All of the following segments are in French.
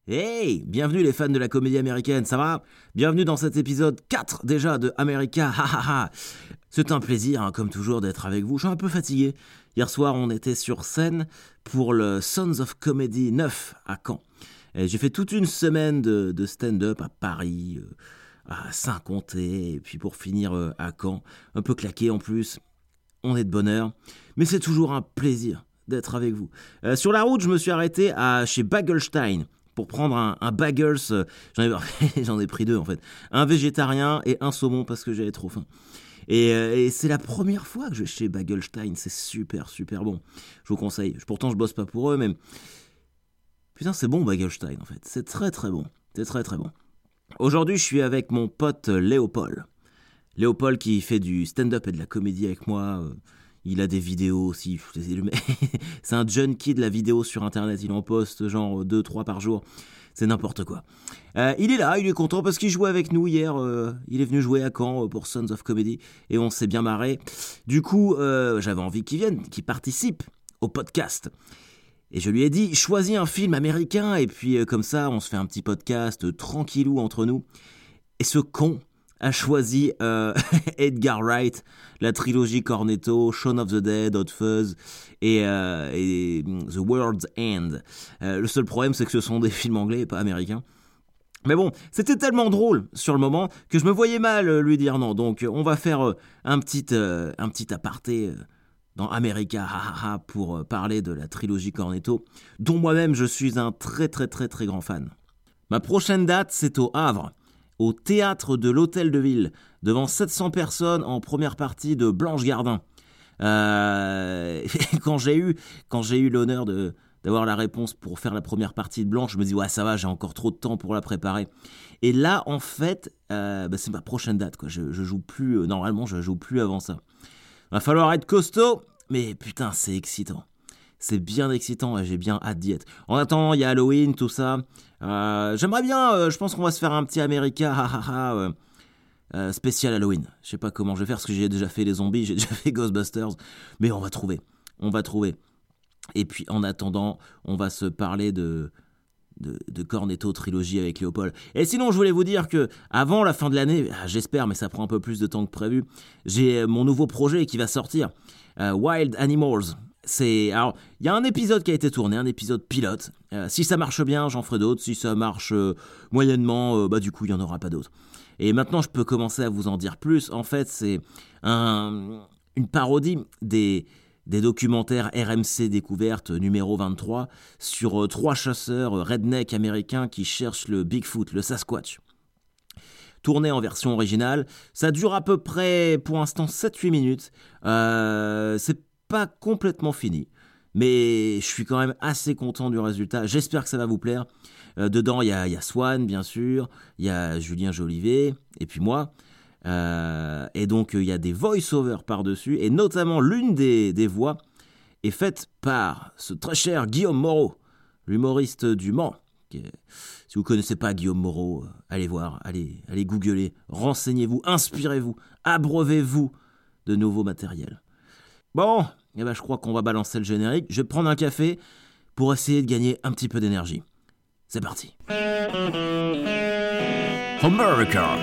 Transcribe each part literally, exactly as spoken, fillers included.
Hey, bienvenue les fans de la comédie américaine, ça va? Bienvenue dans cet épisode quatre déjà de America, ha ha ha. C'est un plaisir, hein, comme toujours, d'être avec vous. Je suis un peu fatigué. Hier soir, on était sur scène pour le Sons of Comedy neuf à Caen. Et j'ai fait toute une semaine de, de stand-up à Paris, euh, à Saint-Comté, et puis pour finir euh, à Caen. Un peu claqué en plus. On est de bonne heure. Mais c'est toujours un plaisir d'être avec vous. Euh, sur la route, je me suis arrêté à, chez Bagelstein pour prendre un, un bagels, euh, j'en, ai, j'en ai pris deux en fait, un végétarien et un saumon parce que j'avais trop faim. Et, euh, et c'est la première fois que je vais chez Bagelstein, c'est super super bon, je vous conseille. Pourtant je bosse pas pour eux, mais putain c'est bon Bagelstein en fait, c'est très très bon, c'est très très bon. Aujourd'hui je suis avec mon pote Léopold, Léopold qui fait du stand-up et de la comédie avec moi. euh, Il a des vidéos aussi. C'est un junkie de la vidéo sur internet. Il en poste genre deux trois par jour. C'est n'importe quoi. Euh, il est là, il est content parce qu'il jouait avec nous hier. Euh, il est venu jouer à Caen pour Sons of Comedy et on s'est bien marré. Du coup, euh, j'avais envie qu'il vienne, qu'il participe au podcast. Et je lui ai dit, choisis un film américain et puis euh, comme ça, on se fait un petit podcast euh, tranquillou entre nous. Et ce con a choisi euh, Edgar Wright, la trilogie Cornetto, Shaun of the Dead, Hot Fuzz et, euh, et The World's End. Euh, le seul problème, c'est que ce sont des films anglais et pas américains. Mais bon, c'était tellement drôle sur le moment que je me voyais mal lui dire non. Donc on va faire un petit, euh, un petit aparté dans America ha, ha, ha, pour parler de la trilogie Cornetto, dont moi-même je suis un très très très très grand fan. Ma prochaine date, c'est au Havre, au théâtre de l'Hôtel de Ville, devant sept cents personnes en première partie de Blanche Gardin. Euh, quand j'ai eu, quand j'ai eu l'honneur de, d'avoir la réponse pour faire la première partie de Blanche, je me dis ouais ça va, j'ai encore trop de temps pour la préparer. Et là en fait, euh, bah, c'est ma prochaine date quoi. Je, je joue plus, euh, normalement je joue plus avant ça. Va falloir être costaud, mais putain c'est excitant. C'est bien excitant et j'ai bien hâte d'y être. En attendant, il y a Halloween, tout ça. Euh, j'aimerais bien, euh, je pense qu'on va se faire un petit America ha, ha, ha, euh, euh, spécial Halloween. Je sais pas comment je vais faire parce que j'ai déjà fait les zombies, j'ai déjà fait Ghostbusters. Mais on va trouver, on va trouver. Et puis en attendant, on va se parler de, de, de Cornetto trilogie avec Léopold. Et sinon, je voulais vous dire que avant la fin de l'année, j'espère, mais ça prend un peu plus de temps que prévu, j'ai mon nouveau projet qui va sortir, euh, Wild Animals. C'est alors il y a un épisode qui a été tourné, un épisode pilote. Euh, si ça marche bien, j'en ferai d'autres. Si ça marche euh, moyennement, euh, bah du coup il y en aura pas d'autres. Et maintenant je peux commencer à vous en dire plus. En fait, c'est un, une parodie des des documentaires R M C Découverte numéro vingt-trois sur euh, trois chasseurs euh, redneck américains qui cherchent le Bigfoot, le Sasquatch. Tourné en version originale, ça dure à peu près pour l'instant sept huit minutes. Euh, c'est pas complètement fini, mais je suis quand même assez content du résultat. J'espère que ça va vous plaire. Euh, dedans, il y a, y a Swan, bien sûr, il y a Julien Jolivet, et puis moi. Euh, et donc, il euh, y a des voice-overs par-dessus, et notamment l'une des, des voix est faite par ce très cher Guillaume Moreau, l'humoriste du Mans. Qui est, si vous ne connaissez pas Guillaume Moreau, euh, allez voir, allez, allez googler, renseignez-vous, inspirez-vous, abreuvez-vous de nouveaux matériels. Bon, eh ben je crois qu'on va balancer le générique. Je vais prendre un café pour essayer de gagner un petit peu d'énergie. C'est parti. America.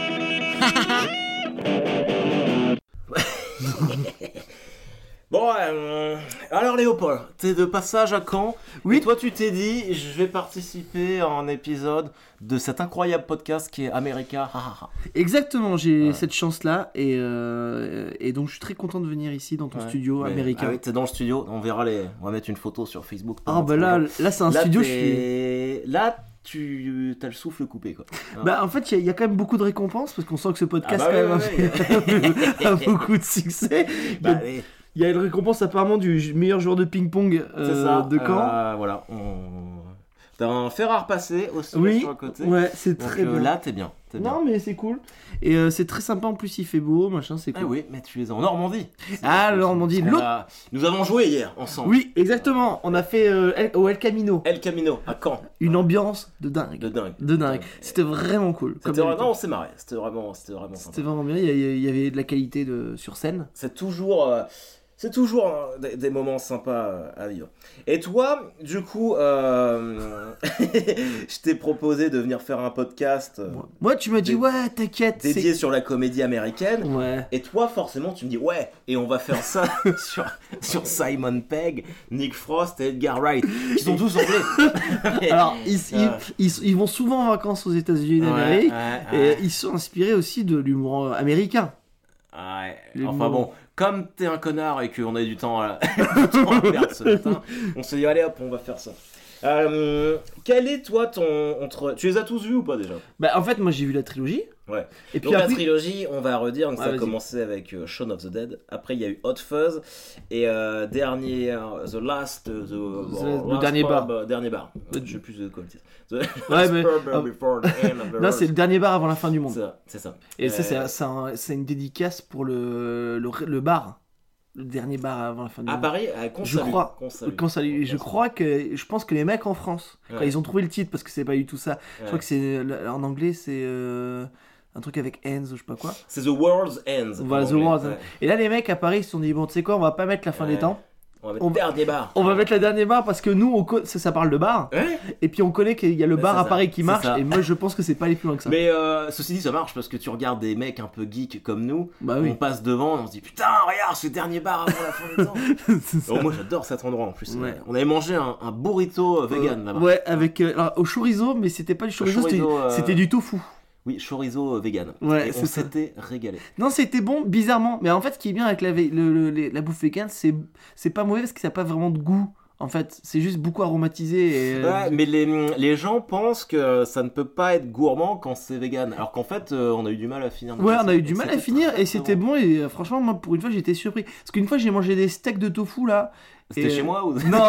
Bon, euh, alors Léopold, t'es de passage à Caen. Oui. Et toi, tu t'es dit, je vais participer à un épisode de cet incroyable podcast qui est America. Exactement, j'ai ouais. cette chance-là et, euh, et donc je suis très content de venir ici dans ton ouais, studio mais, America. Ah oui, t'es dans le studio, on verra les, on va mettre une photo sur Facebook. Ah bah là, là c'est un là, studio. Je suis... Là, tu as le souffle coupé quoi. Hein. Bah en fait, il y, y a quand même beaucoup de récompenses parce qu'on sent que ce podcast ah bah, quand ouais, même ouais, a, a beaucoup de succès. Bah, mais... Il y a une récompense apparemment du meilleur joueur de ping-pong euh, ça. de Caen. Euh, voilà. On... T'as un fer à repasser aussi oui, sur le côté. Ouais, c'est donc, très euh, bien. Là, t'es bien. T'es non, bien. mais c'est cool. Et euh, c'est très sympa en plus, il fait beau, machin, c'est cool. Ah oui, mais tu es en Normandie. Ah, Normandie. A... Nous avons joué hier ensemble. Oui, exactement. On a fait euh, El... au El Camino. El Camino, à Caen. Une ambiance de dingue. De dingue. De dingue. C'était vraiment cool. C'était vraiment, non, on s'est marré. C'était vraiment, c'était vraiment C'était vraiment bien. Il y avait de la qualité de... sur scène. C'est toujours. Euh... C'est toujours hein, des, des moments sympas à vivre. Et toi, du coup, euh... je t'ai proposé de venir faire un podcast. Euh, Moi, tu m'as dit, dé- ouais, t'inquiète. dédié sur la comédie américaine. Ouais. Et toi, forcément, tu me dis, ouais, et on va faire ça sur, sur Simon Pegg, Nick Frost et Edgar Wright, qui sont tous anglais. Alors, ils, ils, Euh. ils, ils vont souvent en vacances aux États-Unis d'Amérique. Ouais, ouais, ouais. Et ils sont inspirés aussi de l'humour américain. Ouais, Les enfin mots. bon, comme t'es un connard et qu'on a du temps à, du temps à perdre ce matin, on s'est dit allez hop, on va faire ça. Euh, quel est toi ton entre tu les as tous vus ou pas déjà? Bah, en fait, moi, j'ai vu la trilogie. Ouais. Et puis Donc la après, trilogie, on va redire, donc Ouais, ça a vas-y. commencé avec euh, Shaun of the Dead. Après il y a eu Hot Fuzz et euh, dernier euh, The Last euh, the, bon, le last dernier pub, bar. euh, dernier bar. Je sais plus de quoi le titre. The Ouais, last mais- pub ah. before the end of the non, world. c'est le dernier bar avant la fin du monde. C'est ça, c'est ça. Et ça, c'est Euh, un- c'est un- c'est une dédicace pour le, le, le bar. Le dernier bar avant la fin du à monde. Paris, à qu'on Je salue, crois. qu'on salue. Quand ça, je crois que je pense que les mecs en France, quand Ouais. ils ont trouvé le titre, parce que c'est pas du tout ça, je Ouais. crois que c'est en anglais, c'est euh, un truc avec ends ou je sais pas quoi. C'est The World's End. Voilà, en The anglais, World's End. ouais. Et là, les mecs à Paris, ils se sont dit bon, tu sais quoi, on va pas mettre la fin Ouais. des temps. On va mettre On le va- dernier bar. On va mettre la dernière bar parce que nous, on co- ça, ça parle de bar. Ouais. Et puis on connaît qu'il y a le Ouais, bar c'est à ça, Paris qui c'est marche. ça. Et moi, je pense que c'est pas aller plus loin que ça. Mais euh, ceci dit, ça marche parce que tu regardes des mecs un peu geeks comme nous. Bah On oui. passe devant et on se dit putain, regarde, c'est le dernier bar avant la fin des temps. C'est ça. Oh, moi j'adore cet endroit en plus. Ouais. On avait mangé un, un burrito euh, vegan Euh, là-bas. Ouais, avec euh, alors, au chorizo, mais c'était pas du chorizo, c'était chorizo, euh, c'était du tofu. Oui, chorizo euh, vegan. Ouais, Et c'est on ça. s'était régalé. Non, c'était bon, bizarrement. Mais en fait, ce qui est bien avec la, vé- le- le- les- la bouffe vegan, c'est c'est pas mauvais parce que ça n'a pas vraiment de goût. En fait, c'est juste beaucoup aromatisé. Et, euh, Ouais, mais les, les gens pensent que ça ne peut pas être gourmand quand c'est vegan. Alors qu'en fait, euh, on a eu du mal à finir. notre Ouais, on a assiette. eu du mal à C'était finir très, et très c'était bon. Et euh, franchement, moi, pour une fois, j'étais surpris. Parce qu'une fois, j'ai mangé des steaks de tofu là. C'était Et- chez moi ou... Non,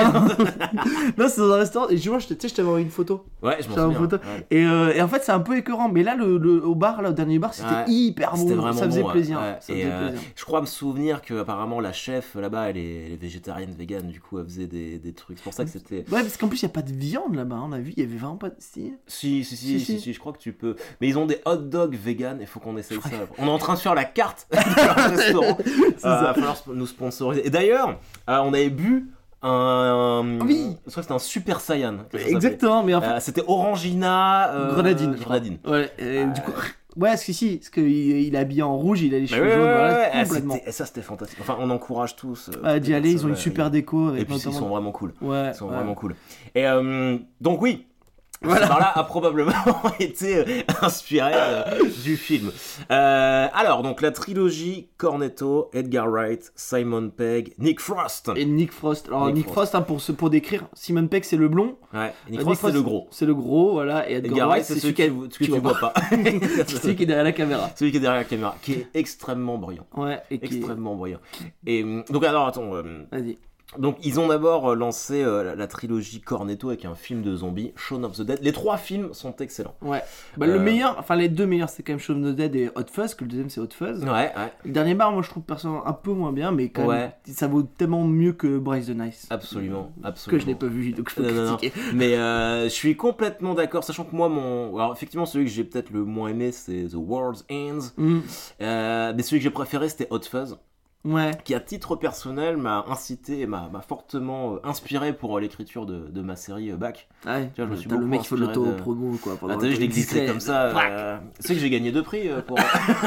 non, c'est dans un restaurant. Et je vois, je te- tu sais, je t'avais envoyé une photo. Ouais, je m'en J'avais une souviens. photo. Ouais. Et, euh, et en fait, c'est un peu écœurant. Mais là, le, le- au bar, là, au dernier bar, c'était Ouais. hyper C'était bon. vraiment Ça faisait bon, ouais. plaisir. Ouais. Ça Et, faisait euh, plaisir. je crois me souvenir que apparemment la chef là-bas, elle est, elle est végétarienne, vegan. Du coup, elle faisait des, des trucs. C'est pour ça que c'était. Ouais, parce qu'en plus, il n'y a pas de viande là-bas. On a vu, il y avait vraiment pas de. Si. Si, si, si, Si, si, si. si, je crois que tu peux. Mais ils ont des hot dogs vegan. Il faut qu'on essaye ça. On est en train de faire la carte de leur restaurant. C'est Euh, ça. va falloir sp- nous sponsoriser. Et d'ailleurs, euh, on avait bu un. un- Oui. Je crois que c'était un Super Saiyan. que ça s'appelait. Exactement, mais en fait. Euh, c'était Orangina. euh, Grenadine. je crois. Grenadine. Ouais, et Ah, du coup. Ouais, parce que si, parce qu'il il est habillé en rouge, il a les Mais cheveux ouais, jaunes, ouais, voilà, ouais, ah, complètement. c'était- ça c'était fantastique. Enfin, on encourage tous. euh, Ouais, toutes d'y les aller, ils ont personnes une à- super déco avec Et puis ils notamment. sont vraiment cool. Ouais, Ils sont ouais. vraiment cool. Et euh, donc oui, Voilà. ce bar-là a probablement été euh, inspiré euh, du film. Euh, alors donc la trilogie Cornetto, Edgar Wright, Simon Pegg, Nick Frost. Et Nick Frost. Alors Nick Nick, Frost, hein, pour, se- pour décrire, Simon Pegg c'est le blond. Ouais, Nick Euh, Frost c'est le gros. C'est le gros, voilà. Et Edgar, Edgar Wright Wright c'est celui qui- que, que tu tu vois vois pas. c'est celui qui est derrière la caméra. Celui qui est derrière la caméra, qui est extrêmement brillant. Ouais, et qui. Extrêmement brillant. Et euh, donc alors attends. euh, Vas-y. Donc ils ont d'abord euh, lancé euh, la, la trilogie Cornetto avec un film de zombies, Shaun of the Dead. Les trois films sont excellents. Ouais. Bah, Euh, le meilleur, enfin les deux meilleurs, c'est quand même Shaun of the Dead et Hot Fuzz, que le deuxième c'est Hot Fuzz. Ouais, ouais. Le dernier bar, moi je trouve personnellement un peu moins bien, mais quand Ouais. même, ça vaut tellement mieux que Bryce the Nice. Absolument, Que absolument. je n'ai pas vu, donc je peux Non, non, non. critiquer. Mais euh, je suis complètement d'accord, sachant que moi, mon. Alors, effectivement, celui que j'ai peut-être le moins aimé, c'est The World's Ends. Mm. Euh, mais celui que j'ai préféré, c'était Hot Fuzz, Ouais. qui, à titre personnel, m'a incité et m'a m'a fortement euh, inspiré pour euh, l'écriture de, de ma série euh, Back. Ouais. Tu vois, je me suis T'as le beaucoup mec qui fait inspiré de- l'auto-promo, quoi. pendant Ah, t'as vu, je l'ai glissé glissé. comme ça. Frac. Euh... Tu sais que j'ai gagné deux prix euh, pour.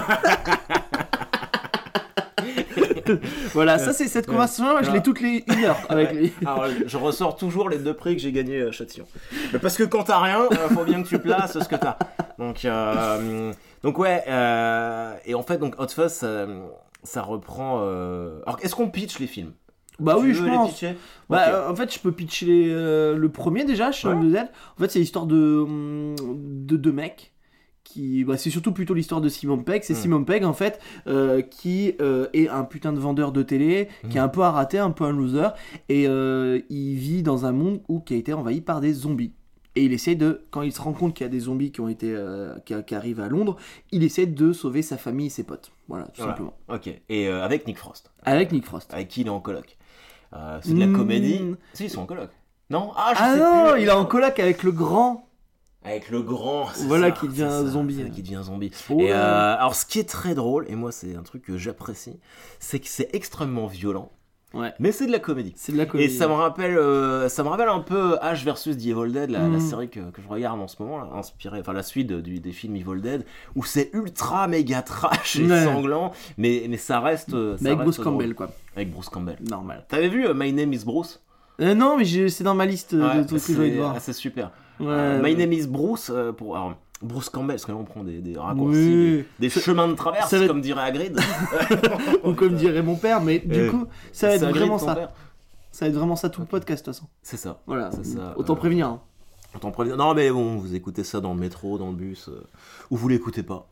Voilà, ça c'est cette Ouais. conversation, je l'ai toutes les une heure avec Ouais. lui. Alors, je ressors toujours les deux prix que j'ai gagnés à Châtillon. Mais parce que quand t'as rien, euh, faut bien que tu places ce que t'as. Donc, euh, donc ouais. euh, et en fait, donc Hot Fuzz, ça, ça reprend. euh, Alors, est-ce qu'on pitch les films? Bah Tu oui, veux je les pense. pitcher Bah, Ok. euh, en fait, je peux pitcher euh, le premier déjà, Shaun of the Dead. En fait, c'est l'histoire de, hum, de deux mecs. Qui, bah, c'est surtout plutôt l'histoire de Simon Pegg. C'est Mm. Simon Pegg, en fait, euh, qui euh, est un putain de vendeur de télé, qui est un peu un raté, un peu un loser. Et euh, il vit dans un monde où, qui a été envahi par des zombies. Et il essaie de, quand il se rend compte qu'il y a des zombies qui, ont été, euh, qui, qui arrivent à Londres, il essaie de sauver sa famille et ses potes. Voilà, tout Voilà. simplement. Ok. Et euh, avec Nick Frost, Avec Nick Frost. avec qui il est en coloc. Euh, c'est de la Mm. comédie. Si, ils sont en coloc. Non? Ah, je Ah sais non, plus. il est en coloc avec le grand. Avec le grand. c'est Voilà, ça, qui devient c'est un ça, zombie. c'est Qui devient zombie. Ouais. Et euh, alors, ce qui est très drôle, et moi, c'est un truc que j'apprécie, c'est que c'est extrêmement violent. Ouais. Mais c'est de la comédie. C'est de la comédie. Et ça me rappelle, euh, ça me rappelle un peu Ash versus The Evil Dead, la, Mm. la série que, que je regarde en ce moment, là, inspirée, enfin la suite de- du, des films Evil Dead, où c'est ultra méga trash et Ouais. sanglant, mais, mais ça reste. Ça Mais avec reste Bruce drôle. Campbell, quoi. Avec Bruce Campbell. Normal. T'avais vu euh, My Name is Bruce? Euh, non, mais j'ai- c'est dans ma liste de Ouais, trucs que j'ai envie de c'est voir. ah, c'est super. Ouais, Euh, My ouais. Name is Bruce, euh, pour. alors, Bruce Campbell, parce que là on prend des, des raccourcis, Oui. des, des Ça- chemins de traverse, ça va être- comme dirait Hagrid. Ou comme dirait mon père, mais du Euh, coup, ça va C'est être Hagrid, vraiment ton ça. père Ça va être vraiment ça tout le podcast, de toute façon. C'est ça. Voilà. C'est ça, Autant euh, prévenir. Hein. Autant prévenir. Non, mais bon, vous écoutez ça dans le métro, dans le bus, euh, ou vous l'écoutez pas.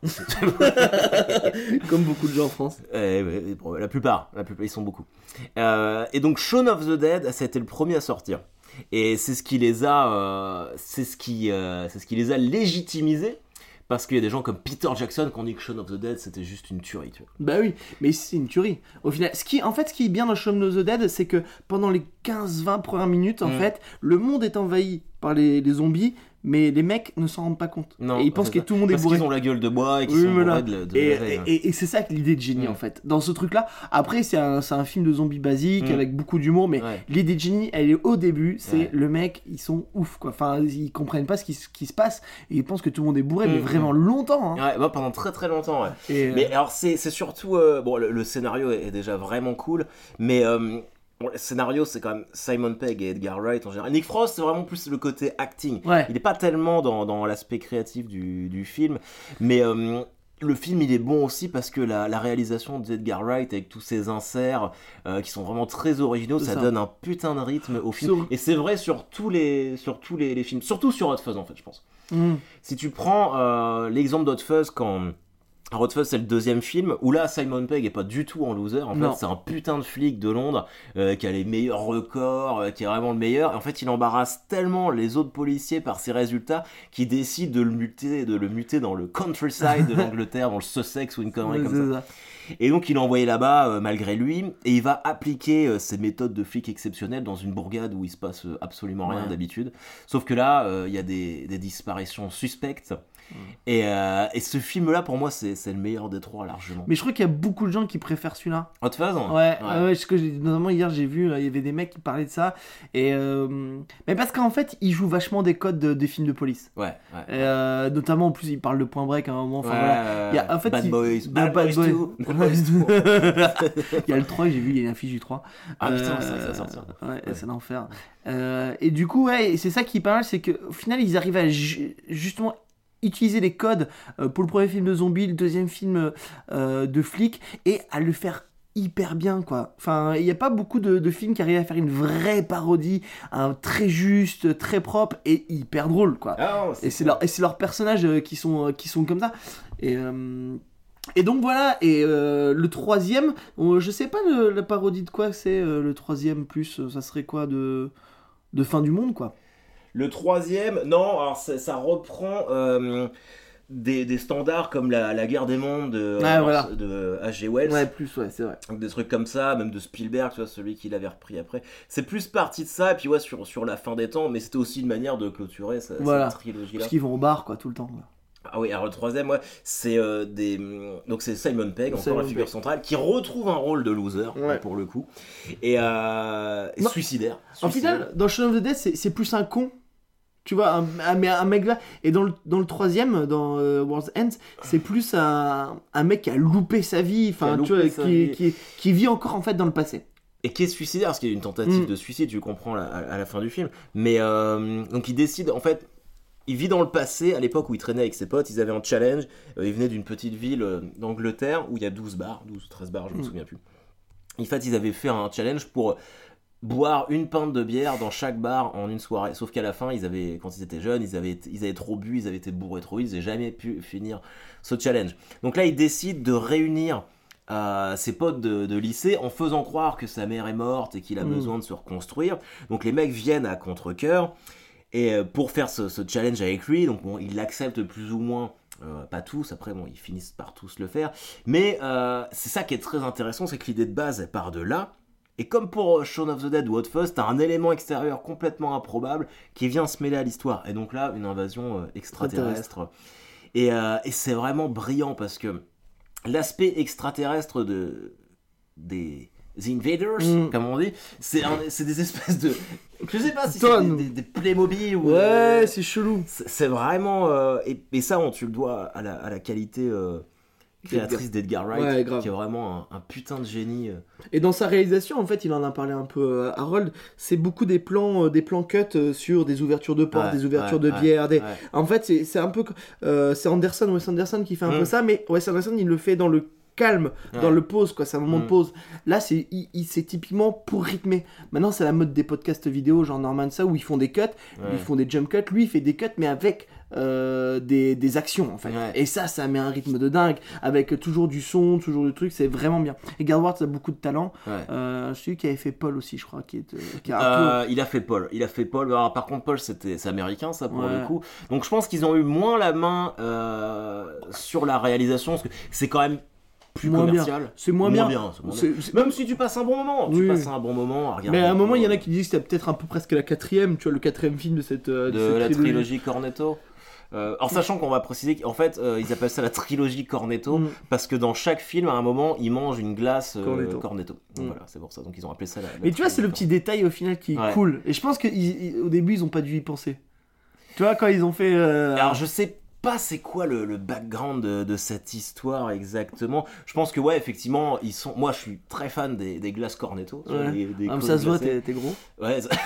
Comme beaucoup de gens en France. Eh, ouais, la plupart, la plupart, ils sont beaucoup. Euh, et donc, Shaun of the Dead, ça a été le premier à sortir. Et c'est ce qui les a, euh, c'est ce qui, euh, c'est ce qui les a légitimisés. Parce qu'il y a des gens comme Peter Jackson qui ont dit que Shaun of the Dead c'était juste une tuerie, tu vois. Bah oui, mais c'est une tuerie. Au final, ce qui, en fait, ce qui est bien dans Shaun of the Dead, c'est que pendant les quinze vingt premières minutes, en Mm. fait, le monde est envahi par les, les zombies, mais les mecs ne s'en rendent pas compte. Non, et ils pensent c'est que ça. tout le monde est Parce bourré. qu'ils ont la gueule de bois et qu'ils Oui, sont voilà. bourrés de, la- de Et, la veille, et- hein. et- et c'est ça que l'idée de génie Mm. en fait. Dans ce truc-là, après c'est un, c'est un film de zombies basique Mm. avec beaucoup d'humour, mais Ouais. l'idée de génie, elle est au début. C'est Ouais. le mec, ils sont ouf quoi. Enfin, ils comprennent pas ce qui, se- qui se passe et ils pensent que tout le monde est bourré, mais Mm. vraiment longtemps. Hein. Ouais, bah, pendant très très longtemps, ouais. Et, euh, Mais alors c'est c'est surtout euh, bon le, le scénario est, est déjà vraiment cool, mais euh, bon, le scénario c'est quand même Simon Pegg et Edgar Wright en général. Nick Frost c'est vraiment plus le côté acting. Ouais. Il est pas tellement dans, dans l'aspect créatif du, du film, mais euh, le film il est bon aussi parce que la, la réalisation d'Edgar Wright avec tous ces inserts euh, qui sont vraiment très originaux, C'est ça, ça. donne un putain de rythme au film. Sur- Et c'est vrai sur tous les sur tous les, les films, surtout sur Hot Fuzz en fait je pense. Mm. Si tu prends euh, l'exemple d'Hot Fuzz quand Hot Fuzz c'est le deuxième film où là Simon Pegg est pas du tout en loser, en Non. fait c'est un putain de flic de Londres euh, qui a les meilleurs records, euh, qui est vraiment le meilleur, et en fait il embarrasse tellement les autres policiers par ses résultats qu'il décide de le muter, de le muter dans le countryside de l'Angleterre, dans le Sussex ou une connerie Ouais, comme c'est ça. ça. Et donc il est envoyé là-bas euh, malgré lui, et il va appliquer euh, ses méthodes de flic exceptionnelles dans une bourgade où il se passe euh, absolument rien Ouais. d'habitude. Sauf que là, euh, il y a des, des disparitions suspectes. Et, euh, et ce film-là, pour moi, c'est c'est le meilleur des trois, largement. Mais je crois qu'il y a beaucoup de gens qui préfèrent celui-là. Hot Fuzz hein Ouais, ouais. ouais ce que j'ai- notamment hier j'ai vu, euh, il y avait des mecs qui parlaient de ça. Et euh, mais parce qu'en fait, ils jouent vachement des codes de- des films de police. Ouais, ouais. Et, euh, notamment en plus, ils parlent de Point Break à un moment. Enfin Ouais, voilà. Il y a, en fait, Bad il- Boys, Bad, Bad, Boys Boy. deux, Bad Boys deux. Il y a le trois, j'ai vu, il y a une affiche du trois. Ah putain, c'est vrai que ça va sortir. Ouais, Ouais. c'est l'enfer. Euh, et du coup, ouais, c'est ça qui est pas mal, c'est qu'au final, ils arrivent à ju- justement utiliser les codes euh, pour le premier film de zombie, le deuxième film euh, de flic, et à le faire hyper bien, quoi. Enfin, il n'y a pas beaucoup de, de films qui arrivent à faire une vraie parodie, un très juste, très propre et hyper drôle, quoi. Ah, non, Et c'est leur, et c'est leurs personnages euh, qui sont, euh, qui sont comme ça. Et, euh, et donc voilà, et euh, le troisième, on- je sais pas le- la parodie de quoi c'est, euh, le troisième plus, euh, ça serait quoi de, de fin du monde, quoi. Le troisième, non, alors ça, ça reprend euh, des, des standards comme la, la guerre des mondes de, Ah, voilà. de H G Wells. Ouais, plus, ouais, c'est vrai. Donc des trucs comme ça, même de Spielberg, tu vois, celui qui l'avait repris après. C'est plus parti de ça, et puis ouais, sur, sur la fin des temps, mais c'était aussi une manière de clôturer cette, Voilà. cette trilogie-là. Parce qu'ils vont au bar, quoi, tout le temps. quoi. Ah oui, alors le troisième, ouais, c'est euh, des... Donc c'est Simon Pegg, encore Simon la figure Pegg. centrale, qui retrouve un rôle de loser, Ouais. pour le coup, et, euh, et Non. suicidaire. En Suicidaire. final, dans Shaun of the Dead, c'est, c'est plus un con. Tu vois, un, un, mais un mec là. Et dans le, dans le troisième, dans euh, World's End, c'est plus un, un mec qui a loupé sa vie. Qui a Enfin, tu loupé vois, sa qui, vie. qui, qui vit encore en fait dans le passé. Et qui est suicidaire, parce qu'il y a une tentative Mm. de suicide, tu comprends là, à, à la fin du film. Mais euh, donc il décide, en fait, il vit dans le passé, à l'époque où il traînait avec ses potes, ils avaient un challenge, euh, il venait d'une petite ville euh, d'Angleterre où il y a douze bars, douze ou treize bars, je me Mm. souviens plus. En fait, ils avaient fait un challenge pour boire une pinte de bière dans chaque bar en une soirée. Sauf qu'à la fin, ils avaient, quand ils étaient jeunes, ils avaient, ils avaient trop bu, ils avaient été bourrés trop vite, ils n'avaient jamais pu finir ce challenge. Donc là, ils décident de réunir euh, ses potes de, de lycée en faisant croire que sa mère est morte et qu'il a Mm. besoin de se reconstruire. Donc les mecs viennent à contre-cœur et euh, pour faire ce, ce challenge avec lui, donc bon, ils l'acceptent plus ou moins. Euh, pas tous, après bon, ils finissent par tous le faire. Mais euh, c'est ça qui est très intéressant, c'est que l'idée de base, elle part de là. Et comme pour Shaun of the Dead ou Hot Fuzz, t'as un élément extérieur complètement improbable qui vient se mêler à l'histoire. Et donc là, une invasion euh, extraterrestre. Et, euh, et c'est vraiment brillant parce que l'aspect extraterrestre de, des, The Invaders, Mm. comme on dit. C'est, un, c'est des espèces de... Je sais pas si Tonnes. c'est des, des, des Playmobil ou... Ouais, des- c'est chelou. c'est, c'est vraiment... euh, et, et ça, on, tu le dois à la, à la qualité euh, créatrice d'Edgar Wright, Ouais, grave. qui est vraiment un, un putain de génie. euh. Et dans sa réalisation, en fait, il en a parlé un peu, euh, Harold, c'est beaucoup des plans, euh, des plans cut euh, sur des ouvertures de portes, Ouais, des ouvertures ouais, de ouais, bières. Des... ouais. En fait, c'est, c'est un peu... euh, c'est Anderson, Wes Anderson qui fait un Mm. peu ça, mais Wes Anderson, il le fait dans le calme, Ouais. dans le pause, quoi. C'est un moment Mm. de pause. Là, c'est, il, il- c'est typiquement pour rythmer. Maintenant, c'est la mode des podcasts vidéo, genre Norman ça, où ils font des cuts, Ouais. ils font des jump cuts. Lui, il fait des cuts, mais avec euh, des, des actions, en fait. Ouais. Et ça, ça met un rythme de dingue, avec toujours du son, toujours du truc, c'est vraiment bien. Et Garward a beaucoup de talent. Ouais. Euh, celui qui avait fait Paul aussi, je crois, qui est, euh, qui est un peu... Euh, il a fait Paul, il a fait Paul. Alors, par contre, Paul, c'était, c'est américain, ça, pour Ouais. le coup. Donc, je pense qu'ils ont eu moins la main euh, sur la réalisation, parce que c'est quand même plus Moins bien. commercial. C'est moins bien. c'est moins bien. C'est- c'est- Même si tu passes un bon moment, tu Oui. passes un bon moment à regarder. Mais à un moment, il y en a qui disent que c'était peut-être un peu presque la quatrième, tu vois, le quatrième film de cette, euh, de cette la trilogie Cornetto. Euh, en sachant qu'on va préciser qu'en fait euh, ils appellent ça la trilogie Cornetto Mm. parce que dans chaque film à un moment ils mangent une glace euh, Cornetto. Cornetto. Donc Mm. voilà, c'est pour ça, donc ils ont appelé ça la, la Mais tu vois, c'est le trilogie petit détail au final qui est Ouais. cool. Et je pense qu'au début, ils ont pas dû y penser. Tu vois, quand ils ont fait... euh, Cornetto. Alors je sais pas c'est quoi le, le background de, de cette histoire exactement. Je pense que ouais effectivement ils sont. Moi je suis très fan des, des glaces Cornetto. tu vois, Ouais. des- des Ah, mais côtes ça se voit, glacées. t'es, t'es gros. Ouais. Ça...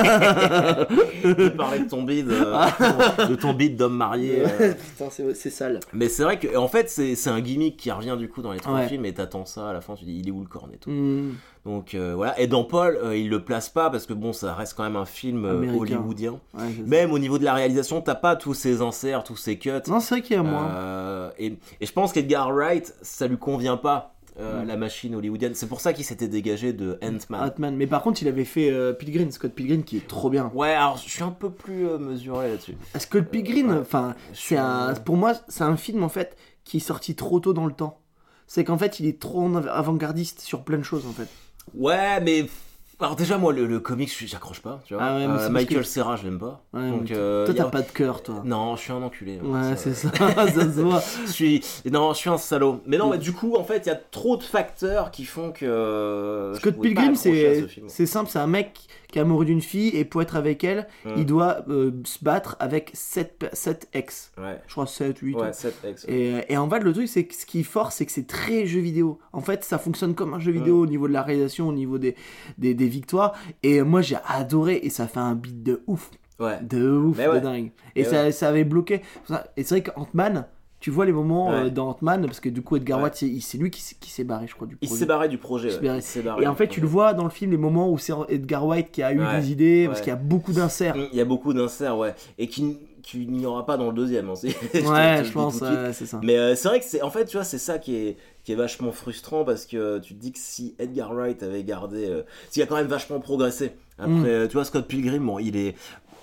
je parlais de ton bide, euh, de ton bide d'homme marié. euh. Putain, c'est, c'est sale. Mais c'est vrai que en fait c'est, c'est un gimmick qui revient du coup dans les trois Ouais. films et t'attends ça à la fin tu dis il est où le Cornetto. Mm. Donc euh, voilà, et dans Paul, euh, il le place pas parce que bon, ça reste quand même un film euh, Américain. hollywoodien. Ouais, c'est ça. Même au niveau de la réalisation, t'as pas tous ces inserts, tous ces cuts. Non, c'est vrai qu'il y a moins. Euh, et, et je pense qu'Edgar Wright, ça lui convient pas, euh, Mm. la machine hollywoodienne. C'est pour ça qu'il s'était dégagé de Ant-Man. Ant-Man. Mais par contre, il avait fait euh, Pilgrim, Scott Pilgrim, qui est trop bien. Ouais, alors je suis un peu plus euh, mesuré là-dessus. Scott Pilgrim, ouais. enfin, Je c'est suis- un, pour moi, c'est un film en fait qui est sorti trop tôt dans le temps. C'est qu'en fait, il est trop en av- avant-gardiste sur plein de choses en fait. Ouais, mais. Alors déjà, moi, le, le comics, je- j'accroche pas, tu vois. Ah ouais, mais Euh, c'est parce Michael que- Cera, je l'aime pas. Ouais, Donc, mais euh, toi, y a- t'as pas de cœur, toi. Non, je suis un enculé. hein, Ouais, ça- c'est ça, ça se voit. Je suis non, je suis un salaud. Mais non, mais du coup, en fait, il y a trop de facteurs qui font que euh, je Scott pouvais pas Pilgrim, accrocher à c'est, ce film. c'est simple, c'est un mec qui est amoureux d'une fille et pour être avec elle, Mm. il doit euh, se battre avec sept ex. Ouais. Je crois sept, huit. Ouais, sept ex. ouais. Et, et en fait, le truc, c'est que ce qui est fort, c'est que c'est très jeu vidéo. En fait, ça fonctionne comme un jeu vidéo au niveau de la réalisation, au niveau des, des, des victoires. Et moi, j'ai adoré et ça fait un beat de ouf. Ouais. De ouf, Mais de ouais. dingue. Et Mais ça, ouais. ça avait bloqué. Et c'est vrai qu'Ant-Man, tu vois les moments Ouais. euh, dans Ant-Man, parce que du coup, Edgar Ouais. Wright, c'est, c'est lui qui, s'est- qui s'est barré, je crois, du Il projet. s'est barré du projet. Il s'est ouais. barré. Il s'est barré Et en du fait, tu le projet. vois dans le film, les moments où c'est Edgar Wright qui a eu Ouais. des idées, parce Ouais. qu'il y a beaucoup d'inserts. Il y a beaucoup d'inserts, ouais. Et qui qu'il n'y aura pas dans le deuxième. Hein. c'est- te- te Ouais, le je dis pense, tout de suite. ouais, c'est ça. Mais euh, c'est vrai que c'est en fait tu vois c'est ça qui est qui est vachement frustrant parce que tu te dis que si Edgar Wright avait gardé euh, s'il a quand même vachement progressé après Mm. euh, tu vois Scott Pilgrim bon il est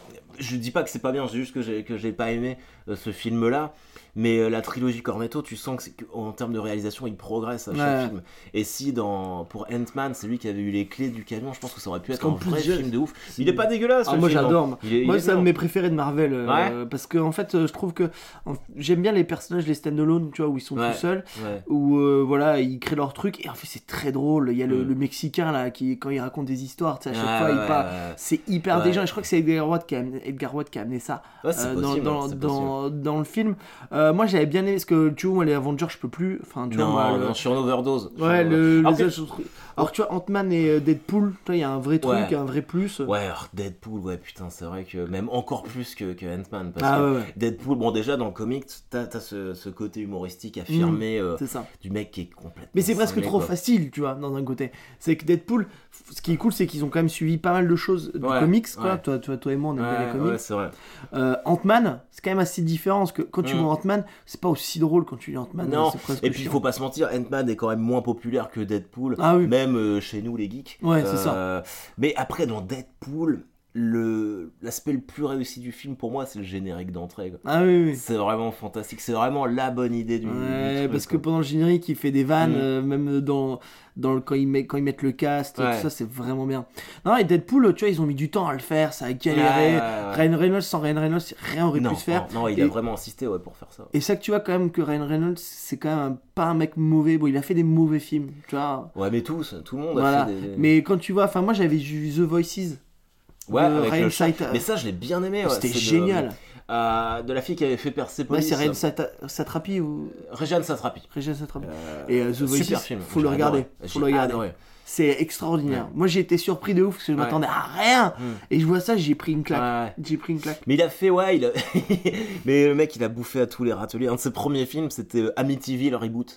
je dis pas que c'est pas bien c'est juste que j'ai que j'ai pas aimé euh, ce film là mais euh, la trilogie Cornetto tu sens que c'est que, en termes de réalisation il progresse à chaque Ouais. film et si dans pour Ant-Man c'est lui qui avait eu les clés du camion je pense que ça aurait pu Parce être un qu'en plus, vrai je- film de ouf il est pas dégueulasse Ah, le moi film, j'adore. hein. Il est- il Moi est c'est un de bien. mes préférés de Marvel euh, parce que en fait euh, je trouve que en- j'aime bien les personnages les stand-alone tu vois où ils sont Ouais. tout seuls Ouais. où euh, voilà ils créent leur truc et en fait c'est très drôle il y a le, Mm. le Mexicain là qui quand il raconte des histoires tu sais à chaque Ouais, fois il ouais, part ouais. c'est hyper Ouais. déjantant et je crois que c'est Edgar Wright qui a amené, Edgar Wright qui a amené ça Ouais, c'est euh, dans, possible, dans, c'est dans, dans le film. Euh, moi j'avais bien aimé parce que tu vois moi, les Avengers je peux plus enfin tu non, vois moi, non, le- je suis en overdose. Je suis ouais en- le, Alors les que- autres trucs. Alors tu vois Ant-Man et euh, Deadpool tu vois il y a un vrai truc Ouais. un vrai plus Ouais, alors Deadpool, ouais, putain, c'est vrai que même encore plus que, que Ant-Man. Parce ah que ouais, ouais Deadpool, bon, déjà dans le comic, t'as, t'as ce, ce côté humoristique affirmé euh, c'est ça. du mec qui est complètement. Mais c'est presque cinglé, trop quoi. facile, tu vois, dans un côté. C'est que Deadpool, f- ce qui est cool, c'est qu'ils ont quand même suivi pas mal de choses du Ouais, comics, quoi. ouais. Toi, toi, toi et moi, on aime bien les Ouais, comics. ouais, c'est vrai. Euh, Ant-Man, c'est quand même assez différent, parce que quand tu Mm. vois Ant-Man, c'est pas aussi drôle quand tu lis Ant-Man. Non, c'est presque Et puis il chiant. faut pas se mentir, Ant-Man est quand même moins populaire que Deadpool, Ah oui. même euh, chez nous les geeks. Ouais, c'est Euh, Mais après, dans Deadpool, le l'aspect le plus réussi du film pour moi, c'est le générique d'entrée, quoi. Ah oui, oui. C'est vraiment fantastique, c'est vraiment la bonne idée du, Ouais, du truc, parce quoi. que pendant le générique, il fait des vannes, Mm. euh, même dans, dans le, quand, ils met, quand ils mettent le cast, Ouais. tout ça, c'est vraiment bien. Non, et Deadpool, tu vois, ils ont mis du temps à le faire, ça a galéré. Ouais, ouais, ouais. Ryan Reynolds, sans Ryan Reynolds, rien aurait non, pu se faire. non, non, il Et- a vraiment insisté, ouais, pour faire ça. Et ça que tu vois quand même que Ryan Reynolds, c'est quand même un- pas un mec mauvais. Bon, il a fait des mauvais films, tu vois. Ouais, mais tous, tout le monde Voilà. a fait des... Mais quand tu vois, enfin, moi j'avais vu The Voices. Ouais, de avec Ryan le chat. Saita- Mais ça, je l'ai bien aimé, ouais. C'était C'est de- génial. euh, de la fille qui avait fait Ouais, Persepolis. c'est Ryan Sata- Satrapi ou Réjeanne Satrapi. Ryan Satrapi. Euh, Et euh, The Voices, super film. faut le J'ai regarder. adoré. Faut J'ai le regarder. adoré. C'est extraordinaire. Ouais. Moi j'ai été surpris de ouf parce que je Ouais. m'attendais à rien. Mm. Et je vois ça, j'ai pris une claque. Ouais, ouais. J'ai pris une claque. Mais il a fait, ouais, il a... mais le mec, il a bouffé à tous les râteliers. Un de ses premiers films, c'était euh, Amityville Reboot.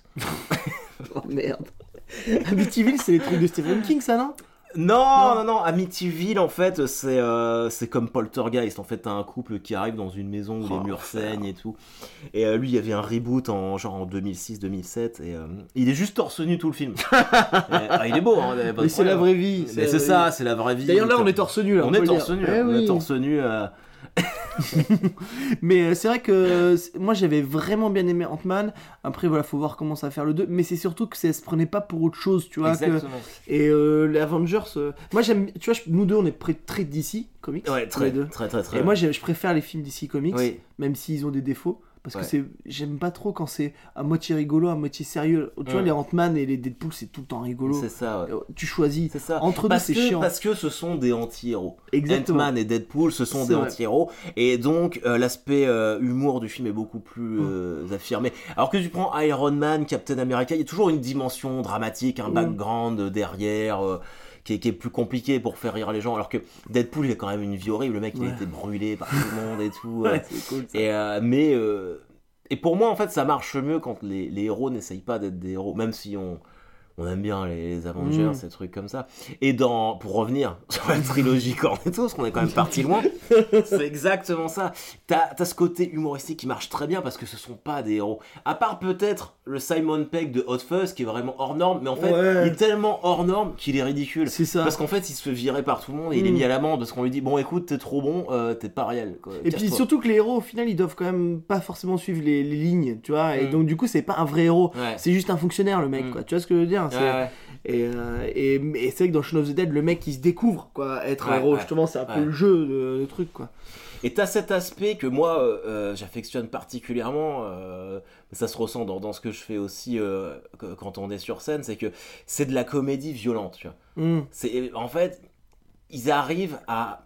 Oh merde. Amityville, c'est les trucs de Stephen King, ça, non? Non, non, non, Amityville, en fait, c'est euh, c'est comme Poltergeist. En fait, t'as un couple qui arrive dans une maison où Oh, les murs l'enfer. saignent et tout. Et euh, lui, il y avait un reboot en genre en deux mille six deux mille sept. Et euh, il est juste torse nu tout le film. Et, ah, il est beau, hein. y a pas de Mais c'est la problème. vraie vie. Mais la c'est vraie ça, vie. c'est la vraie vie. D'ailleurs, là, on Putain. est torse nu. Là, On peut est le torse dire. nu, Eh on oui. est torse nu. euh, Mais euh, c'est vrai que euh, c'est- moi j'avais vraiment bien aimé Ant-Man. Après voilà, faut voir comment ça va faire le deux. Mais c'est surtout que ça se prenait pas pour autre chose, tu vois. Que... Exactement. Et euh, les Avengers, euh, moi j'aime, tu vois, je- nous deux on est près très D C Comics. Ouais, tous très, les deux. très, très, très. Et moi j'ai- je préfère les films D C Comics, Oui. même s'ils ont des défauts. Parce Ouais. que c'est, j'aime pas trop quand c'est à moitié rigolo, à moitié sérieux. Tu vois, Ouais. les Ant-Man et les Deadpool, c'est tout le temps rigolo. C'est ça, ouais. Euh, Tu choisis. C'est ça. Entre deux, parce c'est que, chiant. Parce que ce sont des anti-héros. Exactement. Ant-Man et Deadpool, ce sont C'est des vrai. anti-héros. Et donc, euh, l'aspect euh, humour du film est beaucoup plus euh, affirmé. Alors que tu prends Iron Man, Captain America, il y a toujours une dimension dramatique, un Mm. background derrière. euh, Qui est, qui est plus compliqué pour faire rire les gens, alors que Deadpool il a quand même une vie horrible, le mec il Ouais. a été brûlé par tout le monde et tout. euh, Ouais, c'est cool ça. et euh, mais euh, et pour moi en fait ça marche mieux quand les, les héros n'essayent pas d'être des héros, même si on on aime bien les, les Avengers, Mm. ces trucs comme ça. Et dans pour revenir sur la trilogie Cornetto, parce qu'on est quand même parti loin, c'est exactement ça. T'as as ce côté humoristique qui marche très bien parce que ce sont pas des héros. À part peut-être le Simon Pegg de Hot Fuzz qui est vraiment hors norme, mais en fait Ouais. il est tellement hors norme qu'il est ridicule. C'est ça. Parce qu'en fait, il se fait virer par tout le monde et il Mm. est mis à l'amende parce qu'on lui dit bon écoute t'es trop bon, euh, t'es pas réel. Quoi. Et puis Casse-toi. surtout que les héros au final ils doivent quand même pas forcément suivre les, les lignes, tu vois, et Mm. donc du coup c'est pas un vrai héros, Ouais. c'est juste un fonctionnaire le mec, Mm. quoi, tu vois ce que je veux dire. Ouais, c'est- ouais. Et, euh, et, et c'est vrai que dans Shaun of the Dead le mec il se découvre quoi, être un Ouais, héros, ouais. justement c'est un peu Ouais. le jeu, le, le truc quoi. Et t'as cet aspect que moi euh, euh, j'affectionne particulièrement, euh, ça se ressent dans, dans ce que je fais aussi euh, que- quand on est sur scène, c'est que c'est de la comédie violente, tu vois. Mm. C'est, en fait, ils arrivent à,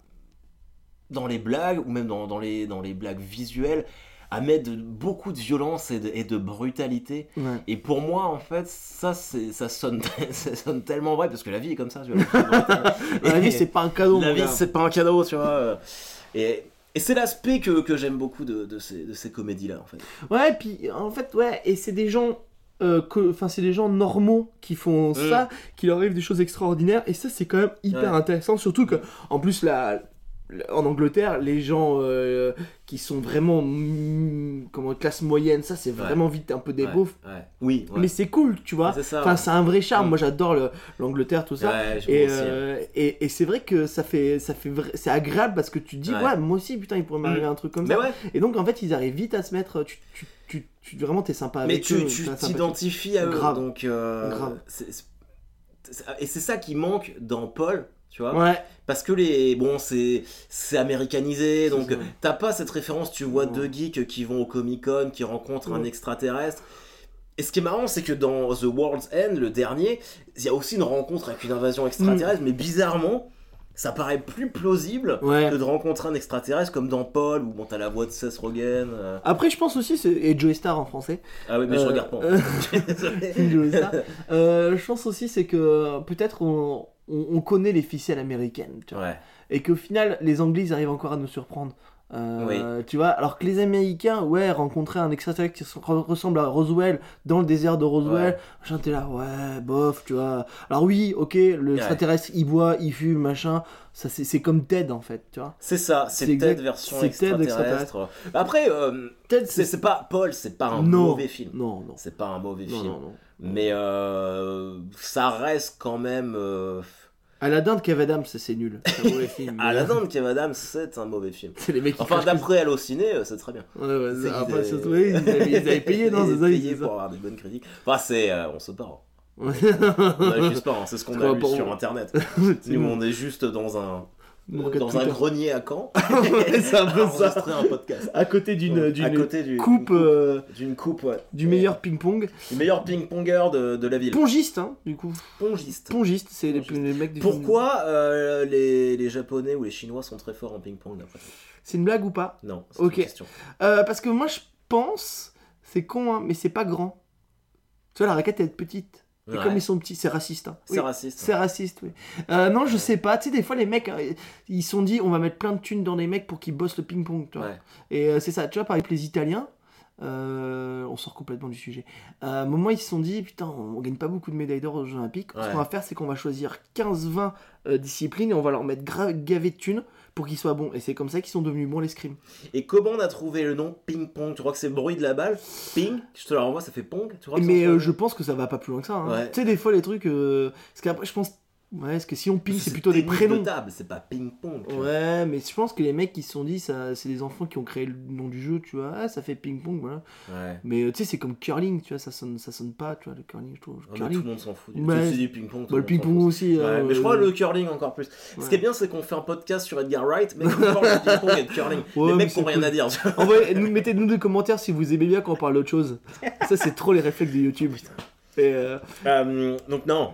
dans les blagues, ou même dans, dans, les, dans les blagues visuelles, à mettre de- beaucoup de violence et de, et de brutalité. Ouais. Et pour moi, en fait, ça, c'est, ça, sonne, ça sonne tellement vrai, parce que la vie est comme ça, tu vois. c'est brutal. La Et- vie c'est pas un cadeau. la mon vie, gars. c'est pas un cadeau, tu vois. Et, et c'est l'aspect que, que j'aime beaucoup de, de ces, de ces comédies-là, en fait. Ouais, puis en fait, ouais, et c'est des gens. euh, que- Enfin, c'est des gens normaux qui font Mm. ça, qui leur arrivent des choses extraordinaires, et ça, c'est quand même hyper Ouais. intéressant. Surtout que, en plus, la, la- en Angleterre, les gens euh, qui sont vraiment mm, comment, classe moyenne, ça, c'est Ouais. vraiment vite un peu des Ouais, beaufs. ouais. Oui, ouais. Mais c'est cool, tu vois. c'est ça. Enfin, ouais. c'est un vrai charme. Mm. Moi, j'adore le- l'Angleterre, tout ça. Ouais, je Et, vois aussi, hein. euh, et, et c'est vrai que ça fait, ça fait vrai- c'est agréable parce que tu te dis, ouais, Ouais. moi aussi, putain, il pourrait m'arriver un truc comme Mais ça. ouais, Et donc, en fait, ils arrivent vite à se mettre. Tu, tu, tu, tu- vraiment, t'es sympa mais avec tu, eux. tu t'es sympathique. t'identifies à eux. Grave. Donc, euh, Grave. c'est- c'est- c'est- et c'est ça qui manque dans Paul, tu vois. Ouais, Parce que les. Bon, c'est c'est américanisé, C'est donc ça. t'as pas cette référence, tu vois, Non. deux geeks qui vont au Comic-Con, qui rencontrent un Ouais. extraterrestre. Et ce qui est marrant, c'est que dans The World's End, le dernier, il y a aussi une rencontre avec une invasion extraterrestre, mais bizarrement, ça paraît plus plausible ouais. que de rencontrer un extraterrestre comme dans Paul, où bon, t'as la voix de Seth Rogen. euh. Après, je pense aussi, c'est... et Joey Star en français. Ah oui, mais je Euh, regarde pas. euh, Je suis désolé. Joey Star. Euh, je pense aussi, c'est que peut-être on, on, on connaît les ficelles américaines, tu vois. Ouais. Et qu'au final, les Anglais, ils arrivent encore à nous surprendre. Euh, Oui. Tu vois, alors que les Américains, ouais, rencontrer un extraterrestre qui re- ressemble à Roswell dans le désert de Roswell, Ouais. machin, t'es là, ouais, bof, tu vois. Alors oui, ok, le extraterrestre, il boit, il fume, machin, ça c'est, c'est comme Ted en fait, tu vois. C'est ça, c'est C'est Ted exact- version c'est Ted extraterrestre. Après, euh, Ted, c'est c'est pas Paul, c'est pas un Non. mauvais film. Non, non. C'est pas un mauvais Non, film. non, non. Mais euh, ça reste quand même. euh, Aladdin de Kev Adams, c'est nul. C'est un mauvais film. Aladdin de Kev Adams, c'est un mauvais film. C'est les mecs qui Enfin, crachent d'après Allociné, euh, c'est très bien. plus. Ouais, ouais, C'est après, qu'ils avaient- surtout, oui, ils avaient, ils avaient payé, non, Ils c'est ça, avaient ils payé disaient pour avoir des bonnes critiques. Enfin, c'est... euh, on se part. ça. On n'accuse pas, hein, c'est ce qu'on C'est a pas lu pour- sur internet. C'est Nous, bon. on est juste dans un... On regarde Dans un Twitter. grenier à Caen. C'est un peu ça. Enregistrer un podcast. À côté d'une Ouais, d'une à côté du- coupe, d'une euh, D'une coupe, ouais. du meilleur ping-pong. Du meilleur ping-pongeur de, de la ville. Pongiste, hein, du coup. Pongiste. Pongiste, c'est les, Pongiste. les mecs des Pourquoi euh, les, les Japonais ou les Chinois sont très forts en ping-pong d'après toi? C'est une blague ou pas? Non, c'est Ok. une question. Euh, Parce que moi, je pense, c'est con, hein, mais c'est pas grand. Tu vois, la raquette, elle est petite. Et Ouais. comme ils sont petits, c'est raciste. Hein. C'est Oui, raciste. C'est raciste, oui. Euh, non, je sais pas. Tu sais, des fois, les mecs, euh, ils se sont dit, on va mettre plein de thunes dans les mecs pour qu'ils bossent le ping-pong. Tu vois. Ouais. Et euh, c'est ça. Tu vois, par exemple, les Italiens, euh, on sort complètement du sujet. À un moment, ils se sont dit, putain, on, on gagne pas beaucoup de médailles d'or aux Jeux Olympiques. Ce Ouais. qu'on va faire, c'est qu'on va choisir quinze vingt euh, disciplines et on va leur mettre gra- gavé de thunes pour qu'ils soient bons. Et c'est comme ça qu'ils sont devenus bons, l'escrime. Et comment on a trouvé le nom ping-pong? Tu crois que c'est le bruit de la balle? Ping, je te la renvoie, ça fait pong. Tu crois que Mais c'est euh, un- je pense que ça va pas plus loin que ça. Hein. Ouais. Tu sais, des fois, les trucs. euh, Parce qu'après, je pense. Ouais, parce que si on ping, c'est plutôt des tennis prénoms. de table, c'est pas ping-pong. tu vois. Ouais, mais je pense que les mecs qui se sont dit, ça, c'est des enfants qui ont créé le nom du jeu, tu vois. Ah, ça fait ping-pong, voilà. Ouais. Mais euh, tu sais, c'est comme curling, tu vois, ça sonne, ça sonne pas, tu vois, le curling, je trouve. Ah, mais curling. tout le monde s'en fout. Du... Ouais. Tu dis ping-pong. tout Bah, le monde s'en ping-pong fout. aussi. Ouais, euh, mais je crois le curling encore plus. Ouais. Ce qui est bien, c'est qu'on fait un podcast sur Edgar Wright, mais on parle de ping-pong et de curling. Ouais, les mais mecs c'est n'ont rien cool. à dire. tu vois. Envoyez- nous, mettez-nous des commentaires si vous aimez bien quand on parle d'autre chose. Ça, c'est trop les réflexes de YouTube. Et, euh, Euh, donc non,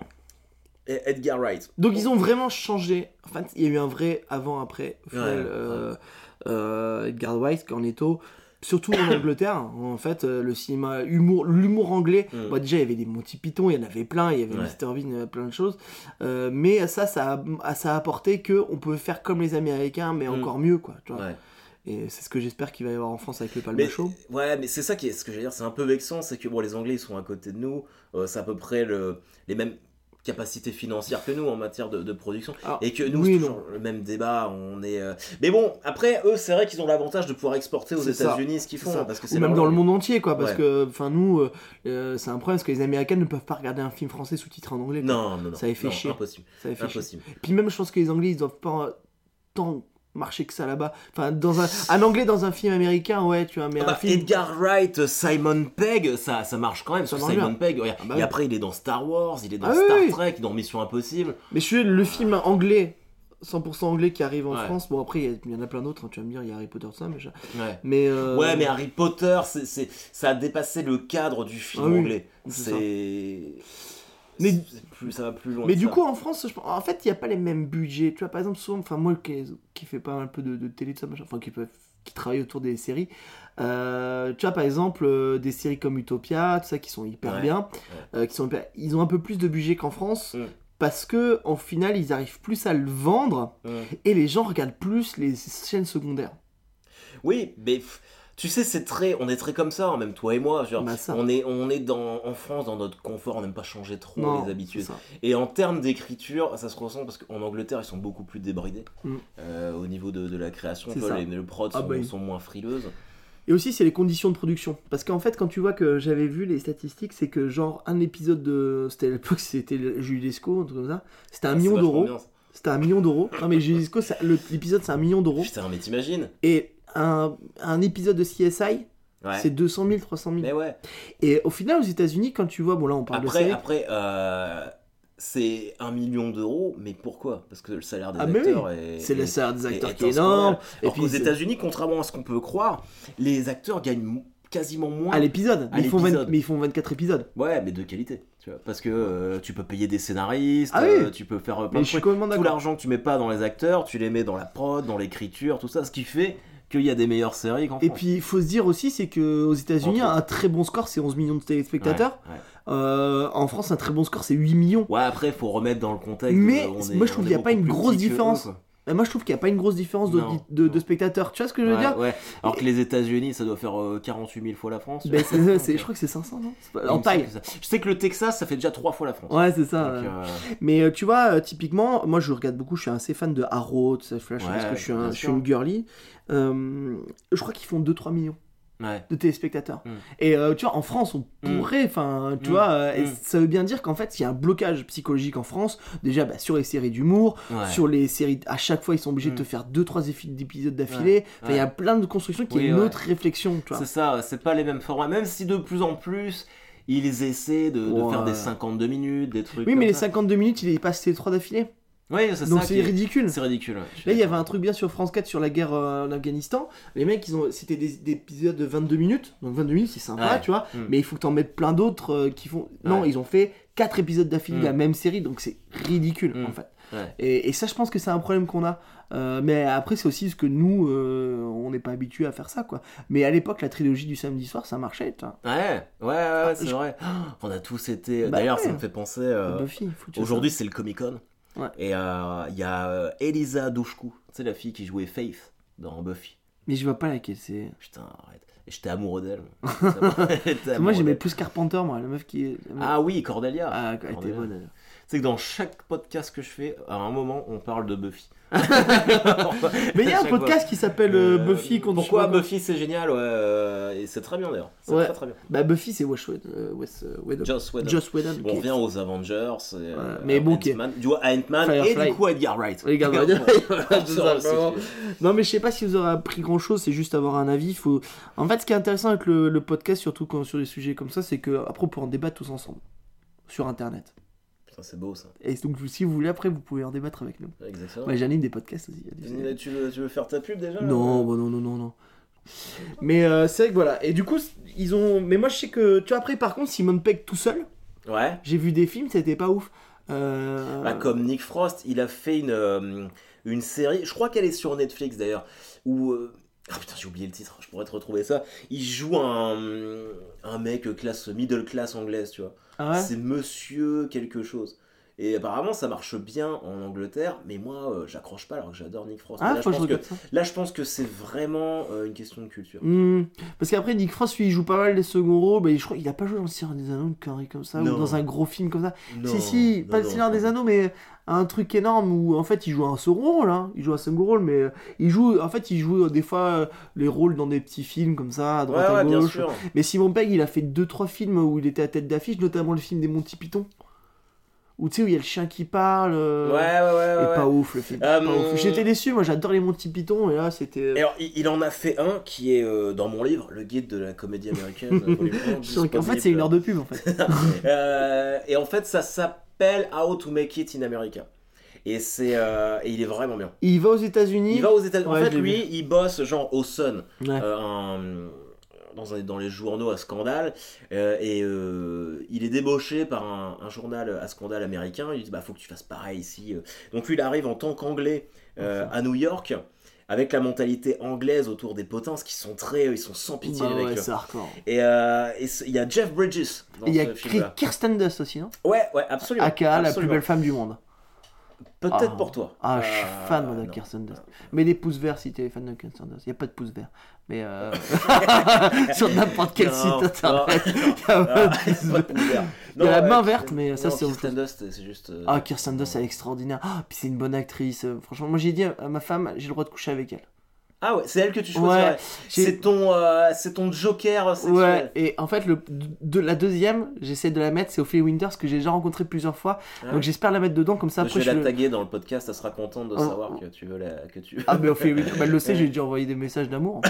E- Edgar Wright. Donc ils ont vraiment changé. Enfin, il y a eu un vrai avant-après. Au final, Ouais, euh, euh, Edgar Wright, Cornetto, surtout en Angleterre. En fait, euh, le cinéma, humour, l'humour anglais. Mm. Bah, déjà, il y avait des Monty Python, il y en avait plein. Il y avait Ouais. mister Bean, il y avait plein de choses. Euh, mais ça, ça a, ça a apporté que on pouvait faire comme les Américains, mais Mm. encore mieux, quoi. Tu vois. Ouais. Et c'est ce que j'espère qu'il va y avoir en France avec le Palma Mais, Show. ouais, mais c'est ça qui est, ce que j'allais dire, c'est un peu vexant, c'est que bon, les Anglais ils sont à côté de nous, euh, c'est à peu près le, les mêmes capacités financières que nous en matière de, de production, Alors, et que nous oui, c'est non. toujours le même débat, on est. euh, Mais bon, après eux c'est vrai qu'ils ont l'avantage de pouvoir exporter aux C'est ça. États-Unis ce qu'ils C'est font, ça. parce que Ou c'est même leur dans le langue. monde entier, quoi. Parce Ouais. que, enfin, nous, euh, euh, c'est un problème parce que les Américains ne peuvent pas regarder un film français sous-titré en anglais. quoi. Non, non, non, Ça avait fait non, chier. impossible, Ça avait fait chier. impossible. Puis même, je pense que les Anglais, ils doivent pas euh, tant marcher que ça là-bas. Enfin, dans un, un Anglais dans un film américain, ouais, tu vois, mais Ah un bah, film. Edgar Wright, Simon Pegg, ça, ça marche quand même, Ça parce que marche Simon Pegg, regarde, Ah bah et oui. après il est dans Star Wars, il est dans Ah Star oui, oui. Trek, dans Mission Impossible. Mais je suis le film anglais, cent pour cent anglais qui arrive en Ouais. France. Bon, après, il y a- il y, en a plein d'autres, hein, tu vas me dire, il y a Harry Potter, tout ça, mais. je- Ouais. Mais. euh, Ouais, mais Harry Potter, c'est, c'est, ça a dépassé le cadre du film Ah oui, anglais. c'est C'est. Mais- c'est plus, ça va plus loin. Mais que du ça. coup, en France, je pense- en fait, il n'y a pas les mêmes budgets. Tu vois, par exemple, souvent, enfin, moi qui, qui fais pas un peu de, de télé, de ça, machin, enfin, qui, peut- qui travaille autour des séries, euh, tu vois, par exemple, euh, des séries comme Utopia, tout ça, qui sont hyper Ouais, bien, euh, qui sont hyper- ils ont un peu plus de budget qu'en France. Mm. Parce que, au final, ils arrivent plus à le vendre Mm. et les gens regardent plus les chaînes secondaires. Oui, mais pff, tu sais, c'est très, on est très comme ça, hein, même toi et moi. Genre, Bah, ça. on est, on est dans, en France dans notre confort, on n'aime pas changer trop Non, les habitudes. c'est ça. Et en termes d'écriture, ça se ressent parce qu'en Angleterre, ils sont beaucoup plus débridés Mm. euh, au niveau de, de la création. C'est Tu vois, ça. les, les prods Ah sont, bah oui. sont moins frileuses. Et aussi, c'est les conditions de production. Parce qu'en fait, quand tu vois que j'avais vu les statistiques, c'est que genre un épisode de. C'était à l'époque, c'était le Juliesco, un truc comme ça. C'était un Ah, c'est million vachement d'euros. bien, ça. C'était un million d'euros. Non, mais Juliesco, ça- le- l'épisode, c'est un million d'euros. Putain, mais t'imagines? Et un, un épisode de C S I, Ouais. c'est deux cent mille, trois cent mille. Mais ouais. Et au final, aux États-Unis, quand tu vois, bon là, on parle de Après, série. après euh, c'est un million d'euros, mais pourquoi? Parce que le salaire des Ah, mais acteurs oui. est. C'est le est- salaire des acteurs est- qui est est énorme. scandale. Et Alors puis, qu'aux c'est- États-Unis, contrairement à ce qu'on peut croire, les acteurs gagnent mo- quasiment moins. à l'épisode. À Mais, ils font vingt l'épisode. mais ils font vingt-quatre épisodes. Ouais, mais de qualité. Tu vois, parce que euh, tu peux payer des scénaristes, Ah oui. euh, tu peux faire euh, plein Mais de je suis trucs. complètement Tout d'accord. l'argent que tu mets pas dans les acteurs, tu les mets dans la prod, dans l'écriture, tout ça, ce qui fait qu'il y a des meilleures séries qu'en Et France. puis, il faut se dire aussi, c'est qu'aux États-Unis, Entre autres. un très bon score, c'est onze millions de téléspectateurs. Ouais, ouais. Euh, en France, un très bon score, c'est huit millions. Ouais, après, faut remettre dans le contexte. Mais de- on est- moi, je trouve on qu'il y a est pas une beaucoup plus grosse petit que eux, différence. quoi. Et moi, je trouve qu'il n'y a pas une grosse différence de, Non, de, non. de spectateurs. Tu vois ce que je veux Ouais, dire ouais. Alors que les États-Unis, ça doit faire euh, quarante-huit mille fois la France. tu Ben, vois. c'est- c'est- Donc, Je crois que c'est cinq cents, non C'est pas- il En me taille. semble que ça- Je sais que le Texas, ça fait déjà trois fois la France. Ouais, c'est ça. Donc, ouais. euh, Mais euh, tu vois, euh, typiquement, moi je regarde beaucoup, je suis assez fan de Arrow, tout ça, Flash, Ouais, parce que je suis, un- bien je suis sûr. une girly. Euh, je crois qu'ils font deux trois millions. Ouais. de téléspectateurs. Mm. Et euh, tu vois, en France, on pourrait, enfin, tu Mm. vois, euh, et Mm. ça veut bien dire qu'en fait, il y a un blocage psychologique en France, déjà bah, sur les séries d'humour, Ouais. sur les séries, à chaque fois, ils sont obligés Mm. de te faire deux trois épisodes d'affilée. Ouais. Enfin, il y a Ouais. plein de constructions qui Oui, est une ouais. autre réflexion, tu vois. C'est ça, c'est pas les mêmes formats, même si de plus en plus ils essaient de, de Ouais. faire des cinquante-deux minutes, des trucs Oui, comme mais les ça. cinquante-deux minutes, il est passé trois d'affilée. Oui, c'est Donc ça c'est qui est- ridicule. C'est ridicule. Ouais. Je suis Là, il y avait d'accord. un truc bien sur France quatre sur la guerre euh, en Afghanistan. Les mecs, ils ont, c'était des, des épisodes de vingt-deux minutes. Donc vingt-deux minutes, c'est sympa, Ouais. tu vois. Mm. Mais il faut que t'en mettes plein d'autres euh, qui font. Non, Ouais. ils ont fait quatre épisodes d'affilée Mm. de la même série. Donc c'est ridicule, Mm. en fait. Ouais. Et, et ça, je pense que c'est un problème qu'on a. Euh, mais après, c'est aussi parce que nous, euh, on n'est pas habitués à faire ça, quoi. Mais à l'époque, la trilogie du samedi soir, ça marchait, tu vois. Ouais, ouais, ouais, ouais, c'est je- vrai. On a tous été. Bah D'ailleurs, ouais. ça me fait penser. euh, Buffy, faut que tu Aujourd'hui, c'est le Comic Con. Ouais. Et euh, il y a euh, Elisa Dushku, tu sais, la fille qui jouait Faith dans Buffy. Mais je vois pas laquelle c'est. Putain, arrête. Et j'étais amoureux d'elle. moi. J'étais Moi, amoureux j'aimais d'elle. plus Carpenter, moi, la meuf qui est. la meuf- Ah oui, Cordelia. Ah, elle était Cordelia. bonne, elle. Tu sais que dans chaque podcast que je fais, à un moment, on parle de Buffy. Mais il y a un Chaque podcast fois. qui s'appelle euh, Euh, Buffy contre Pourquoi je sais pas quoi. Buffy c'est génial, ouais, euh, et c'est très bien d'ailleurs. C'est Ouais. très très bien. Bah, Buffy, c'est Wes Whedon. euh, Wes, euh, Whedon. Joss Whedon. Joss Whedon. On qui- revient aux Avengers, et, euh, mais à bon, qui est- Ant-Man, du coup, à Ant-Man et Firefly. du coup à Edgar Wright. Regarde, Bon, regarde. on Tout sort le simplement. sujet. Non, mais je sais pas si vous aurez appris grand chose, c'est juste avoir un avis. Faut... En fait, ce qui est intéressant avec le, le podcast, surtout quand, sur des sujets comme ça, c'est qu'après, on peut en débattre tous ensemble sur internet. Putain, c'est beau ça. Et donc, si vous voulez, après, vous pouvez en débattre avec nous. Exactement. Ouais, j'anime des podcasts aussi. il y a des- Mais Tu veux, tu veux faire ta pub déjà Non, bah non, non, non, non. Mais euh, c'est vrai que voilà. Et du coup, ils ont. Mais moi, je sais que. Tu vois, après, par contre, Simon Pegg tout seul, Ouais. j'ai vu des films, c'était pas ouf. Euh... Bah, comme Nick Frost, il a fait une, euh, une série, je crois qu'elle est sur Netflix d'ailleurs, où... euh, Ah putain, j'ai oublié le titre, je pourrais te retrouver ça. Il joue un, un mec classe, middle class anglaise, tu vois. Ah ouais. C'est Monsieur quelque chose. Et apparemment, ça marche bien en Angleterre, mais moi, euh, j'accroche pas alors que j'adore Nick Frost. Ah, là, faut je que je pense que, regarde ça. là, je pense que c'est vraiment euh, une question de culture. Hmm. Parce qu'après, Nick Frost, lui, il joue pas mal les seconds rôles. Mais je crois qu'il a pas joué dans le Seigneur des Anneaux, une connerie comme ça, Non. ou dans un gros film comme ça. Non, si, si, non, pas le non, Seigneur non. des Anneaux, mais un truc énorme où en fait il joue un second rôle. Hein. Il joue un second rôle, mais euh, il joue, en fait, il joue euh, des fois euh, les rôles dans des petits films comme ça, à Ouais, droite à ouais, bien gauche. sûr. Mais Simon Pegg, il a fait deux trois films où il était à tête d'affiche, notamment le film des Monty Python. Où tu sais, où il y a le chien qui parle. euh, Ouais, ouais, ouais. Et ouais, pas ouais. ouf le film. Euh, Pas ouf. J'étais déçu, moi j'adore les Monty Python, et là c'était. Et alors, il, il en a fait un qui est euh, dans mon livre, le guide de la comédie américaine. volume un, En fait, c'est une heure de pub en fait. Euh, et en fait, ça s'appelle How to Make It in America. Et c'est euh, et il est vraiment bien. Il va aux États-Unis. Il va aux États-Unis. Ouais, en je fait, l'ai lui, il bosse genre au Sun, Ouais. euh, un- dans, un- dans les journaux à scandale, euh, et euh, il est débauché par un, un journal à scandale américain. Il dit bah faut que tu fasses pareil ici. Donc lui, il arrive en tant qu'anglais euh, à New York. Avec la mentalité anglaise autour des potences qui sont très, ils sont sans pitié Bah les ouais, mecs. c'est hardcore. Et euh, et c'est- il y a Jeff Bridges dans Et il y a ce film-là. Kirsten Dunst aussi, non Ouais, ouais, absolument. Aka, la plus absolument. belle femme du monde. Peut-être Ah. pour toi. Ah, je suis Euh, fan moi, de non. Kirsten Dunst. Mais des pouces verts si t'es fan de Kirsten Dunst. Il n'y a pas de pouces verts. Mais euh... sur n'importe quel Non, site internet. non, Il y a pas Ah, de pouces pas de verts. pouce vert. Il y a la Non, main ouais, verte, mais ça, non, c'est autre Kirsten Dunst, c'est juste. euh, Ah, Kirsten Dunst, elle est extraordinaire. Ah, puis c'est une bonne actrice. Euh, Franchement, moi j'ai dit à ma femme, j'ai le droit de coucher avec elle. Ah ouais, c'est elle que tu choisirais. Ouais, j'ai- c'est ton, euh, c'est ton joker sexuel. Ouais, et en fait, le, de, la deuxième, j'essaie de la mettre, c'est Ophélie Winters, que j'ai déjà rencontré plusieurs fois. Ouais. Donc j'espère la mettre dedans, comme ça je après vais je. la le- taguer dans le podcast, elle sera contente de Oh. savoir que tu veux la, que tu. Ah, mais Ophélie Winters, bah, elle le sait, j'ai déjà envoyé des messages d'amour.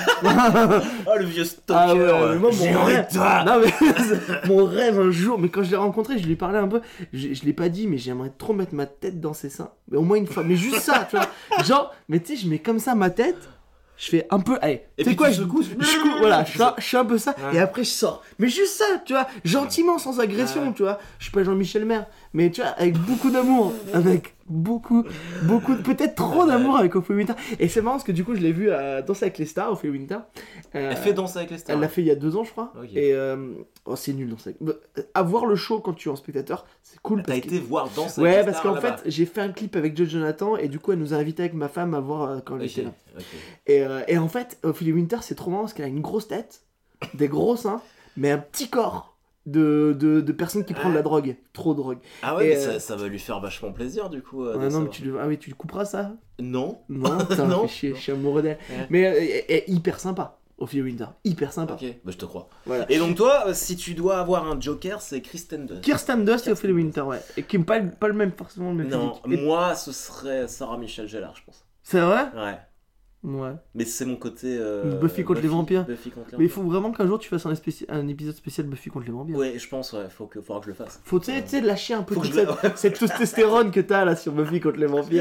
Oh le vieux stalker. Ah ouais, ouais, mais moi, J'ai mon envie rêve, de toi. non, mais, mon rêve un jour, mais quand je l'ai rencontré, je lui parlais un peu, je, je l'ai pas dit, mais j'aimerais trop mettre ma tête dans ses seins, mais au moins une fois, mais juste ça, tu vois, genre, mais tu sais, je mets comme ça ma tête, je fais un peu, allez, Et tu sais puis quoi, tu je, secoues, je, je- voilà, je, fais un- je fais un peu ça, Ouais. et après je sors, mais juste ça, tu vois, gentiment, sans agression, Ouais. tu vois, je suis pas Jean-Michel Maire, mais tu vois, avec beaucoup d'amour, avec beaucoup, beaucoup, peut-être trop d'amour avec Ophélie Winter, et c'est marrant parce que du coup, je l'ai vu à Danser avec les stars, Ophélie Winter. Euh, Elle fait danser avec les stars. Elle l'a fait il y a deux ans, je crois. Ok. Et euh, oh, c'est nul dans ça. Bah, avoir le show quand tu es en spectateur, c'est cool. T'as Parce que... été voir danser Ouais, avec les parce stars qu'en là-bas. fait, j'ai fait un clip avec Joe Jonathan et du coup, elle nous a invités avec ma femme à voir euh, quand elle Ok, était là. ok. Et, euh, et en fait, Ophélie Winter, c'est trop marrant parce qu'elle a une grosse tête, des gros seins, mais un petit corps de, de, de personnes qui prennent de la drogue. Trop de drogue. Ah ouais, Et, mais euh, ça, ça va lui faire vachement plaisir du coup. euh, de Ah, non, mais savoir. tu le... Ah oui, tu le couperas ça? Non. Non, putain, Non. fais chier, je suis amoureux d'elle. Ouais. Mais euh, elle elle est hyper sympa. Ophélie Winter. Hyper sympa. Ok, bah, je te crois. Voilà. Et donc toi, euh, si tu dois avoir un Joker, c'est Kristen Dunst. Kirsten Dunst et Ophélie Winter, ouais. Et qui n'ont pas, pas le même, forcément le même Non, physique. Et... moi, ce serait Sarah Michelle Gellar, je pense. C'est vrai? Ouais. Ouais. Mais c'est mon côté... Euh, Buffy contre les vampires. Buffy contre les Mais il vampires. faut vraiment qu'un jour tu fasses un, espéci- un épisode spécial Buffy contre les vampires. Ouais, je pense, ouais, faut que, faudra que je le fasse. Faut tu sais, tu sais, lâcher un peu Faut que toute je cette, le- cette testostérone que t'as là sur Buffy contre les vampires.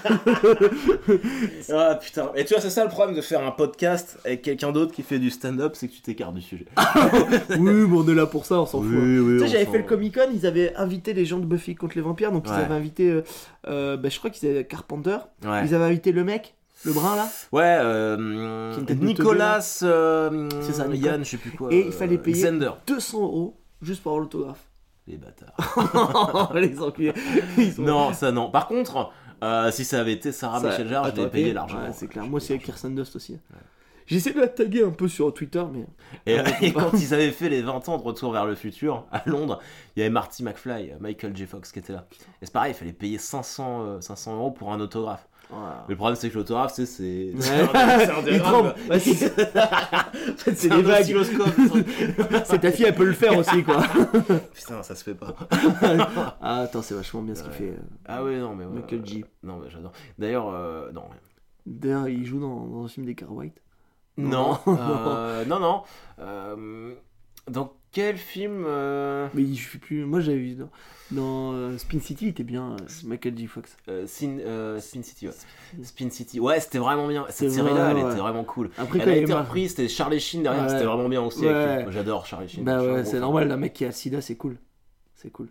Ah putain, et tu vois, c'est ça le problème de faire un podcast avec quelqu'un d'autre qui fait du stand-up, c'est que tu t'écartes du sujet. Oui, mais on est là pour ça, on s'en fout. hein. oui, Tu sais, j'avais fait le Comic Con, ils avaient invité les gens de Buffy contre les vampires, donc ils Ouais. avaient invité, euh, euh, bah, je crois qu'ils avaient Carpenter, Ouais. ils avaient invité le mec, le brun là, Ouais, euh, Qui est une tête de Nicolas, euh, C'est ça, Nicolas. Yann, je sais plus quoi. Et il fallait euh, payer- Xander. deux cents euros juste pour avoir l'autographe. Les bâtards. Les enculés. Ils sont- Non, ça non. Par contre, euh, si ça avait été Sarah Ça- Michelle Gellar, ah, je l'ai t'aurais payé largement. Ouais, c'est clair. Moi, c'est avec Kirsten Dunst aussi. J'essaie de la taguer un peu sur Twitter, mais. Et, Ouais, et pas. quand ils avaient fait les vingt ans de Retour vers le futur à Londres, il y avait Marty McFly, Michael J. Fox qui était là. Et c'est pareil, il fallait payer cinq cents, euh, cinq cents euros pour un autographe. Voilà. Mais le problème, c'est que l'autographe, tu sais, c'est. Ouais. c'est un- c'est un Il diagramme, tremble. quoi. Bah, c'est en fait, c'est un des vagues. oscilloscope. C'est ta fille, elle peut le faire aussi, quoi. Putain, ça se fait pas. Ah, attends, c'est vachement bien ce qu'il fait. euh. Ah ouais, non, mais ouais, Michael euh, J. Non, mais j'adore. D'ailleurs, euh, non. D'ailleurs, il joue dans, dans un film des White. Non, Non. euh, non, non. Euh, dans quel film euh, Mais il fait plus. Moi, j'avais vu dans, dans euh, Spin City, il était bien, euh, Michael J. Fox. euh, Sin- euh, Spin City, ouais. Spin City. Ouais, c'était vraiment bien. C'est Cette série-là, vrai, elle ouais. était vraiment cool. Après, Elle quand a il est été mort- reprise, c'était Charlie Sheen derrière, Ouais. c'était vraiment bien aussi. Ouais. avec lui. Moi, j'adore Charlie Sheen. Bah Je suis un ouais, gros c'est fan. normal, un mec qui a le sida, c'est cool. C'est cool.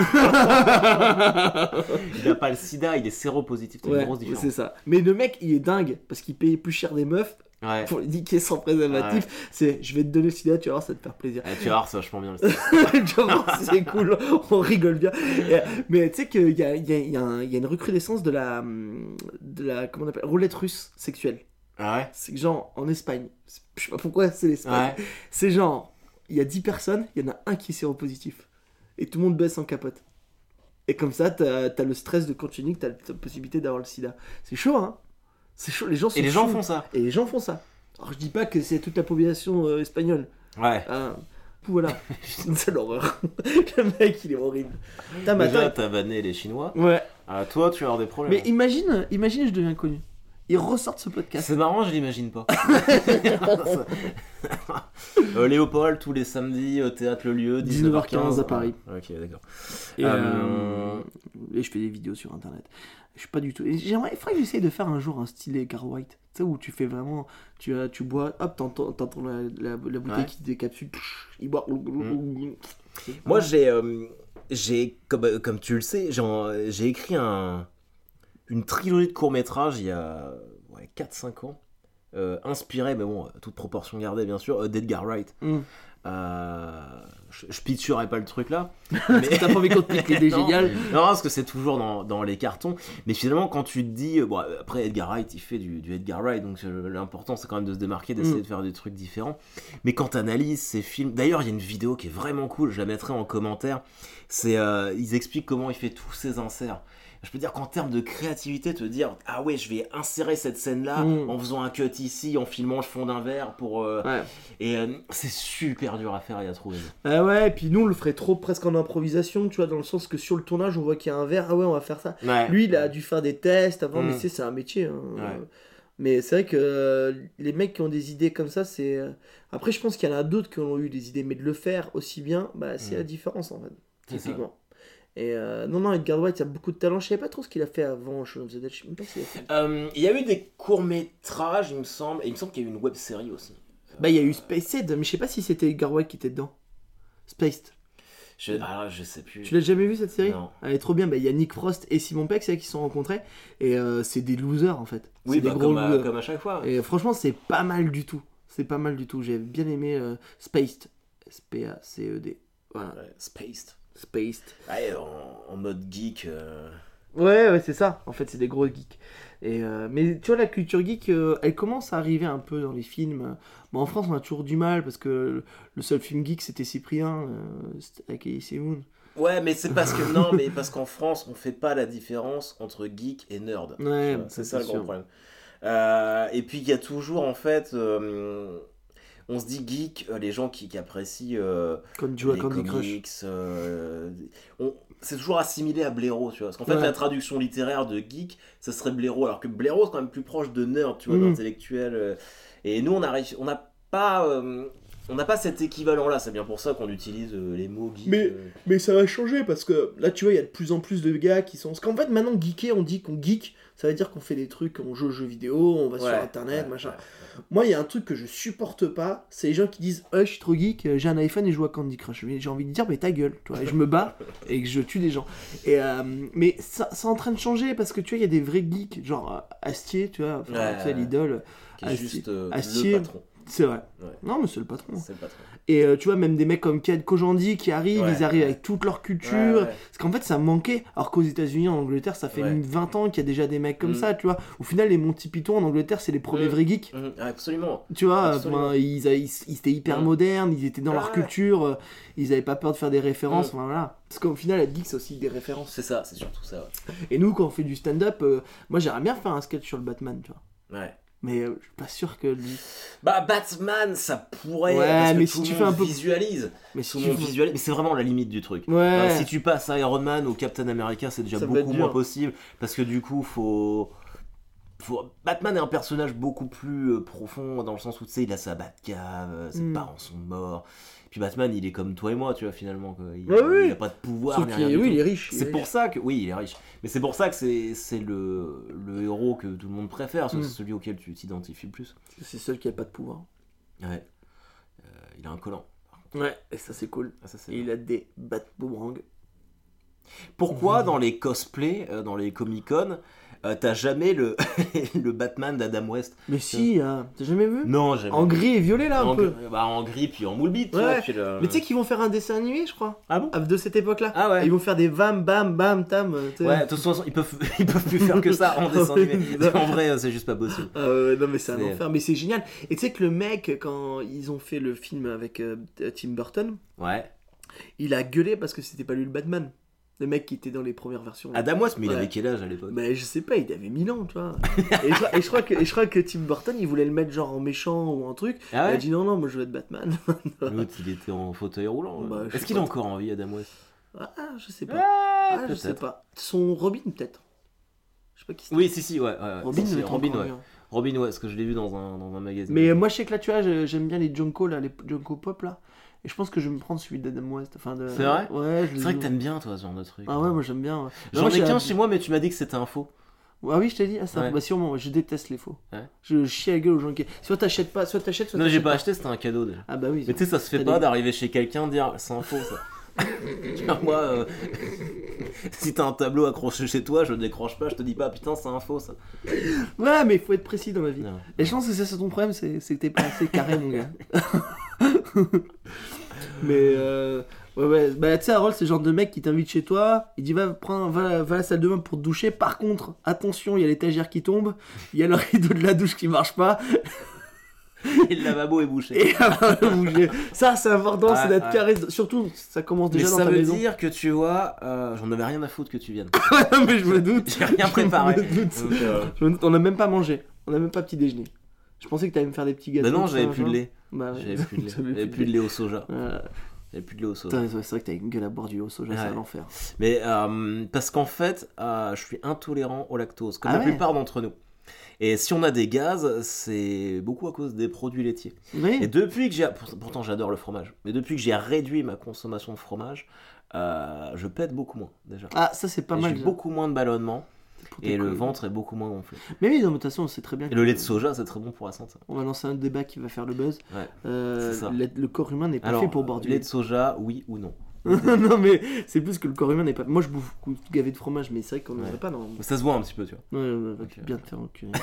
Il a pas le sida, il est séropositif. C'est une Ouais, grosse différence. c'est ça. Mais le mec, il est dingue parce qu'il paye plus cher des meufs Ouais. pour lui niquer sans préservatif. C'est je vais te donner le sida, tu vas voir, ça va te faire plaisir. Eh, tu vas voir, c'est vachement bien le sida. Tu vas voir, c'est cool, on rigole bien. Et, mais tu sais qu'il y a, il y, a, il y, a un- il y a une recrudescence de la, de la comment on appelle, roulette russe sexuelle. Ah ouais. C'est que genre en Espagne, je sais pas pourquoi c'est l'Espagne, Ouais. c'est genre, il y a dix personnes, il y en a un qui est séropositif. Et tout le monde baisse en capote. Et comme ça, t'as as le stress de continuer, que t'as la possibilité d'avoir le sida. C'est chaud, hein. C'est chaud, les gens sont Et les gens chauds. font ça. Et les gens font ça. Alors je dis pas que c'est toute la population euh, espagnole. Ouais. Hein. Voilà, c'est l'horreur. Le mec, il est horrible. Putain, mais Déjà, attends. t'as banné les Chinois. Ouais. Ah, toi, tu vas avoir des problèmes. Mais imagine, imagine, je deviens connu. Ils ressortent ce podcast. C'est marrant, je l'imagine pas. euh, Léopold, tous les samedis au théâtre Le Lieu, dix-neuf heures quinze à Paris. Ok, d'accord. Et, Euh, euh, et je fais des vidéos sur internet. Je suis pas du tout. et J'aimerais, il faudrait que j'essaye de faire un jour un style Edgar White. Tu sais, où tu fais vraiment. Tu, as- tu bois, hop, t'entends, t'entends la, la, la bouteille Ouais. qui se décapsule. pff, Il boit. C'est Moi, pas- j'ai, euh, j'ai comme, comme tu le sais, j'ai, j'ai écrit un, une trilogie de courts-métrages il y a ouais, quatre cinq ans, euh, inspiré, mais bon, toute proportion gardée, bien sûr, euh, d'Edgar Wright. Mm. Euh, je, je pitcherai pas le truc là. T'as pas envie qu'on te pique l'idée Non. géniale. Non, parce que c'est toujours dans, dans les cartons. Mais finalement, quand tu te dis. Bon, après, Edgar Wright, il fait du, du Edgar Wright. Donc euh, l'important, c'est quand même de se démarquer, d'essayer Mm. de faire des trucs différents. Mais quand t'analyses ces films. D'ailleurs, il y a une vidéo qui est vraiment cool. Je la mettrai en commentaire. C'est, euh, ils expliquent comment il fait tous ses inserts. Je peux dire qu'en termes de créativité, te dire ah ouais, je vais insérer cette scène-là Mm. en faisant un cut ici, en filmant le fond d'un verre pour. euh, Ouais. Et euh, c'est super dur à faire et à trouver. Ah ouais, et puis nous on le ferait trop presque en improvisation, tu vois, dans le sens que sur le tournage on voit qu'il y a un verre, ah ouais, on va faire ça. Ouais. Lui il a dû faire des tests avant, Mm. mais tu sais, c'est un métier. hein. Ouais. Mais c'est vrai que euh, les mecs qui ont des idées comme ça, c'est. euh, Après, je pense qu'il y en a d'autres qui ont eu des idées, mais de le faire aussi bien, bah, c'est Mm. la différence en fait, C'est ça. typiquement. Et euh, non, non, Edgar Wright, il a beaucoup de talent. Je savais pas trop ce qu'il a fait avant Shaun of the Dead. Je sais même pas s'il a fait. Euh, Il y a eu des courts-métrages, il me semble, et il me semble qu'il y a eu une web-série aussi. Bah, il y a eu Spaced, mais je sais pas si c'était Edgar Wright qui était dedans. Spaced. Je, ah, je sais plus. Tu l'as jamais vu cette série? Non. Elle est trop bien. Bah, il y a Nick Frost et Simon Pegg, c'est là qui se sont rencontrés. Et euh, c'est des losers en fait. Oui, c'est bah, des gros comme, à, losers. comme à chaque fois. Et franchement, c'est pas mal du tout. C'est pas mal du tout. J'ai bien aimé euh, Spaced. S P A C E D. Voilà. Ouais, Spaced. Spaced. Ouais, en, en mode geek. euh, Ouais, ouais, c'est ça. En fait, c'est des gros geeks. Et euh, mais tu vois, la culture geek, euh, elle commence à arriver un peu dans les films. Bon, en France, on a toujours du mal parce que le seul film geek, c'était Cyprien, euh, c'était avec Elise Moon. Ouais, mais c'est parce que non, mais parce qu'en France, on fait pas la différence entre geek et nerd. Ouais, Tu vois, c'est ça, ça le c'est gros sûr. problème. Euh, et puis il y a toujours en fait, euh, on se dit geek, euh, les gens qui, qui apprécient euh, Comme tu vois les Candy comics, Crush. euh, on- c'est toujours assimilé à blaireau, tu vois. Parce qu'en fait, Ouais. la traduction littéraire de geek, ce serait blaireau, alors que blaireau, c'est quand même plus proche de nerd, tu vois, Mhm. d'intellectuel. euh. Et nous, on a réussi- on n'a pas, euh, on n'a pas cet équivalent-là. C'est bien pour ça qu'on utilise euh, les mots geek. Mais- euh. Mais ça va changer parce que là, tu vois, il y a de plus en plus de gars qui sont. Parce qu'en fait, maintenant, geeker, on dit qu'on geek, ça veut dire qu'on fait des trucs, on joue aux jeux vidéo, on va sur Ouais, internet, ouais, machin. ouais. Moi, il y a un truc que je supporte pas, c'est les gens qui disent oh, je suis trop geek, euh, j'ai un iPhone et je joue à Candy Crush. Mais j'ai envie de dire mais ta gueule, tu vois, et je me bats et que je tue des gens. Et euh, mais ça, c'est en train de changer parce que tu vois, il y a des vrais geeks, genre euh, Astier, tu vois, enfin, Ouais, tu sais, l'idole. Qui est Astier- juste euh, Astier. le patron. C'est vrai. Ouais. Non, mais c'est le patron. C'est le patron. Et euh, tu vois, même des mecs comme Ked Kojandi qui arrivent, Ouais, ils arrivent ouais. avec toute leur culture. Ouais, ouais. Parce qu'en fait, ça manquait. Alors qu'aux États-Unis, en Angleterre, ça fait Ouais. vingt ans qu'il y a déjà des mecs comme Mm. ça, tu vois. Au final, les Monty Python en Angleterre, c'est les premiers Mm. vrais geeks. Mhm, absolument. Tu vois, Absolument. enfin, ils, a- ils, ils étaient hyper Mm. modernes, ils étaient dans Ah leur ouais. culture, euh, ils avaient pas peur de faire des références, Mm. enfin, voilà. Parce qu'au final, être geek, c'est aussi des références. C'est ça, c'est surtout ça. Et nous, quand on fait du stand-up, euh, moi, j'aimerais bien faire un sketch sur le Batman, tu vois. Ouais. Mais euh, je suis pas sûr que lui. Bah Batman, ça pourrait. Ouais, parce que mais tout si le tu monde fais un peu- visualise. Mais Tout si le tu monde veux- visualise. Mais c'est vraiment la limite du truc. Ouais. Euh, si tu passes à Iron Man ou Captain America, c'est déjà Ça peut être beaucoup moins dur. possible parce que du coup, faut. faut- Batman est un personnage beaucoup plus euh, profond dans le sens où tu sais, il a sa Batcave, euh, ses Mm. parents sont morts. Puis Batman, il est comme toi et moi, tu vois, finalement. Quoi. Il, Ouais, oui. il a pas de pouvoir, Sauf ni qu'il rien est- du oui, tout. il est riche. il C'est est pour riche. ça que. Oui, il est riche. Mais c'est pour ça que c'est, c'est le, le héros que tout le monde préfère, c'est Mm. celui auquel tu t'identifies le plus. C'est seul qui a pas de pouvoir. Ouais. Euh, il a un collant. Ouais, et ça c'est cool. Ah, ça, c'est Et il a des bat boomerang. Pourquoi dans les cosplays, euh, dans les Comic-Con, euh, t'as jamais le, le Batman d'Adam West? Mais si, hein, t'as jamais vu Non, jamais. En gris et violet là un en, peu. gris- bah, en gris puis en moule bite, tu Ouais. vois, puis le- Mais tu sais qu'ils vont faire un dessin animé, je crois, Ah bon? de cette époque-là. Ah ouais. Ils vont faire des vam, bam, bam, tam. euh, tu sais. Ouais, de toute façon, ils peuvent, ils peuvent plus faire que ça en dessin animé. En vrai, euh, c'est juste pas possible. Ah ouais, non mais c'est un C'est- enfer, mais c'est génial. Et tu sais que le mec, quand ils ont fait le film avec euh, Tim Burton, Ouais. il a gueulé parce que c'était pas lui le Batman. Le mec qui était dans les premières versions. Adam West, mais il Ouais. avait quel âge à l'époque? Mais je sais pas, il avait mille ans, tu vois. et, je, et je crois que, et je crois que Tim Burton, il voulait le mettre genre en méchant ou en truc. Ah Il a ouais? dit non, non, moi je veux être Batman. L'autre, il était en fauteuil roulant. Bah, je Est-ce sais qu'il pas est encore en vie, Adam West? Ah, je sais pas. Ouais, Ah, je sais peut-être. pas. Son Robin, peut-être. Je sais pas qui c'est. Oui, si, si, ouais. ouais, ouais. Robin, Si, si, doit être Robin, encore ouais. bien. Robin, ouais, parce que je l'ai vu dans un, dans un magazine. Mais euh, moi, je sais que là, tu vois, je- j'aime bien les Junko, là, les Junko Pop, là. Et je pense que je vais me prendre celui d'Adam West. Enfin, de... C'est vrai Ouais, je C'est vrai le- que t'aimes bien, toi, ce genre de truc. Ah ouais, moi j'aime bien. ouais. J'en Moi, ai j'ai qu'un un- chez moi, mais tu m'as dit que c'était un faux. Ah oui, je t'ai dit. Ah, ça, Ouais. bah sûrement, ouais, je déteste les faux. Ouais. Je chie à la gueule aux gens qui. Soit t'achètes pas, soit t'achètes, soit Non, j'ai t'achètes pas acheté, c'était un cadeau déjà. Ah bah oui. Mais tu sais, ça se fait T'as pas des- d'arriver chez quelqu'un dire c'est un faux ça. Genre, moi, euh, si t'as un tableau accroché chez toi, je le décroche pas, je te dis pas putain, c'est un faux ça. Ouais, mais il faut être précis dans la vie. Non. Et je pense que c'est ça ton problème, c'est c'est que t'es pas assez carré, mon gars. Mais euh, ouais, ouais, bah tu sais, Harold, c'est le genre de mec qui t'invite chez toi, il dit va, prends, va, va à la salle de bain pour te doucher. Par contre, attention, il y a l'étagère qui tombe, il y a le rideau de la douche qui marche pas, Et le lavabo est bouché. et avant de bouger. Ça, c'est important, Ouais, c'est d'être ouais. carré. Surtout, ça commence Mais déjà dans ça ta veut maison. dire que tu vois, euh, j'en avais rien à foutre que tu viennes. Non, mais je me doute. J'ai rien préparé. Je me doute. Donc, euh, Je me doute. On n'a même pas mangé, on n'a même pas petit déjeuner. Je pensais que t'allais me faire des petits gâteaux. Bah non, tout j'avais ça, plus de machin. lait. Bah, ouais. J'avais plus de lait. T'avais J'avais plus de lait au soja. Voilà. J'avais plus de lait au soja. Putain, c'est vrai que t'as une gueule à boire du au soja, c'est Ouais. l'enfer. Mais euh, parce qu'en fait, euh, je suis intolérant au lactose, comme Ah la ouais. plupart d'entre nous. Et si on a des gaz, c'est beaucoup à cause des produits laitiers. Oui. Et depuis que j'ai... pour- Pourtant, j'adore le fromage. Mais depuis que j'ai réduit ma consommation de fromage, euh, je pète beaucoup moins, déjà. Ah, ça c'est pas Et mal. j'ai déjà. beaucoup moins de ballonnement. Pour tes Et le couilles. ventre est beaucoup moins gonflé. Mais oui, non, mais de toute façon, on sait très bien. Et que- le lait de soja, c'est très bon pour la santé. On va lancer un débat qui va faire le buzz. Ouais, Euh, c'est ça. le, le corps humain n'est pas Alors, fait pour boire du lait lait. de soja, oui ou non? Non, mais c'est plus que le corps humain n'est pas. Moi, je bouffe beaucoup de gavé de fromage, mais c'est vrai qu'on Ouais. n'aurait pas, non. Ça se voit un petit peu, tu vois. Ouais, ouais, va Ok. bien te faire enculer.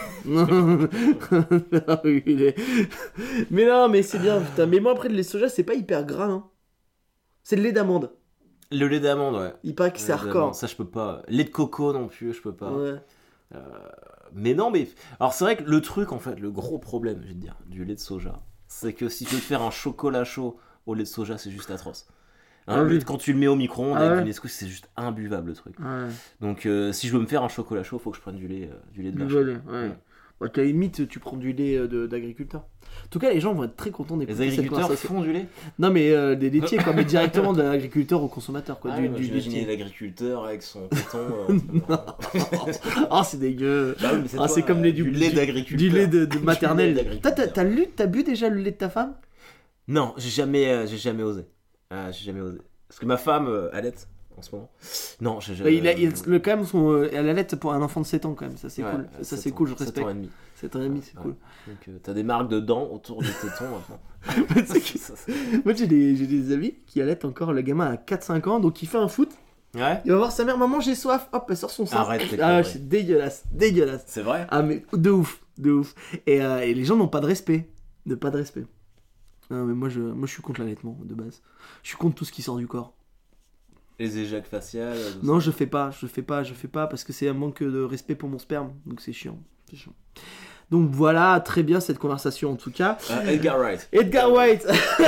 Enculer. Mais non, mais c'est bien, putain. Mais moi, après, le lait de soja, c'est pas hyper gras, hein. C'est le lait d'amande. Le lait d'amande, ouais. Il paraît que c'est Le lait d'amande, hardcore. Ça, je peux pas. Lait de coco non plus, je peux pas. Ouais. Mais non, mais. Alors, c'est vrai que le truc, en fait, le gros problème, je vais te dire, du lait de soja, c'est que si tu veux te faire un chocolat chaud au lait de soja, c'est juste atroce. Hein, Ah oui. Quand tu le mets au micro-ondes Ah avec ouais. du Nesquik, c'est juste imbuvable le truc. Ouais. Donc, euh, si je veux me faire un chocolat chaud, faut que je prenne du lait, euh, du lait de Du vache. volet, ouais. Ouais. Ouais, à la limite, tu prends du lait euh, de- d'agriculteur. En tout cas, les gens vont être très contents Les d'écouter cette agriculteurs conversation. font du lait. Non, mais euh, des laitiers, quoi, mais directement de l'agriculteur au consommateur, quoi. Ah, du, ouais, du j'imaginais laitier. l'agriculteur avec son téton. euh, Ah, c'est dégueu. Bah oui, mais Ah, toi, c'est comme euh, les du du- lait du- d'agriculteur. Du lait de, de Du lait maternelle. d'agriculteur. Toi, t'as, t'as lu, t'as bu déjà le lait de ta femme? Non, j'ai jamais, euh, j'ai jamais osé. Ah, j'ai jamais osé. Parce que ma femme euh, allait en ce moment. Non, j'ai Bah, jamais. il a, il a- le, quand même, son, euh, elle allait pour un enfant de sept ans, quand même. Ça, c'est Ouais, cool. euh, Ça, sept c'est ans, cool, je sept respecte. ans et demi. sept ans et demi, c'est Ouais. cool. Donc euh, t'as des marques de dents autour du téton maintenant. C'est que- Ça, c'est- Moi, j'ai des, j'ai des amis qui allaitent encore. Le gamin a quatre cinq ans, donc il fait un foot. Ouais. Il va voir sa mère, maman, j'ai soif. Hop, elle sort son sein. Arrête tes Ah, conneries. c'est dégueulasse, dégueulasse. C'est vrai. Ah, mais de ouf, de ouf. Et, euh, et les gens n'ont pas de respect. De pas de respect. Non, mais moi je, moi, je suis contre l'allaitement, de base. Je suis contre tout ce qui sort du corps. Les éjacs faciales. tout Non, ça. je fais pas, je fais pas, je fais pas parce que c'est un manque de respect pour mon sperme. Donc c'est chiant. C'est chiant. Donc voilà, très bien cette conversation en tout cas. Euh, Edgar Wright. Edgar Wright.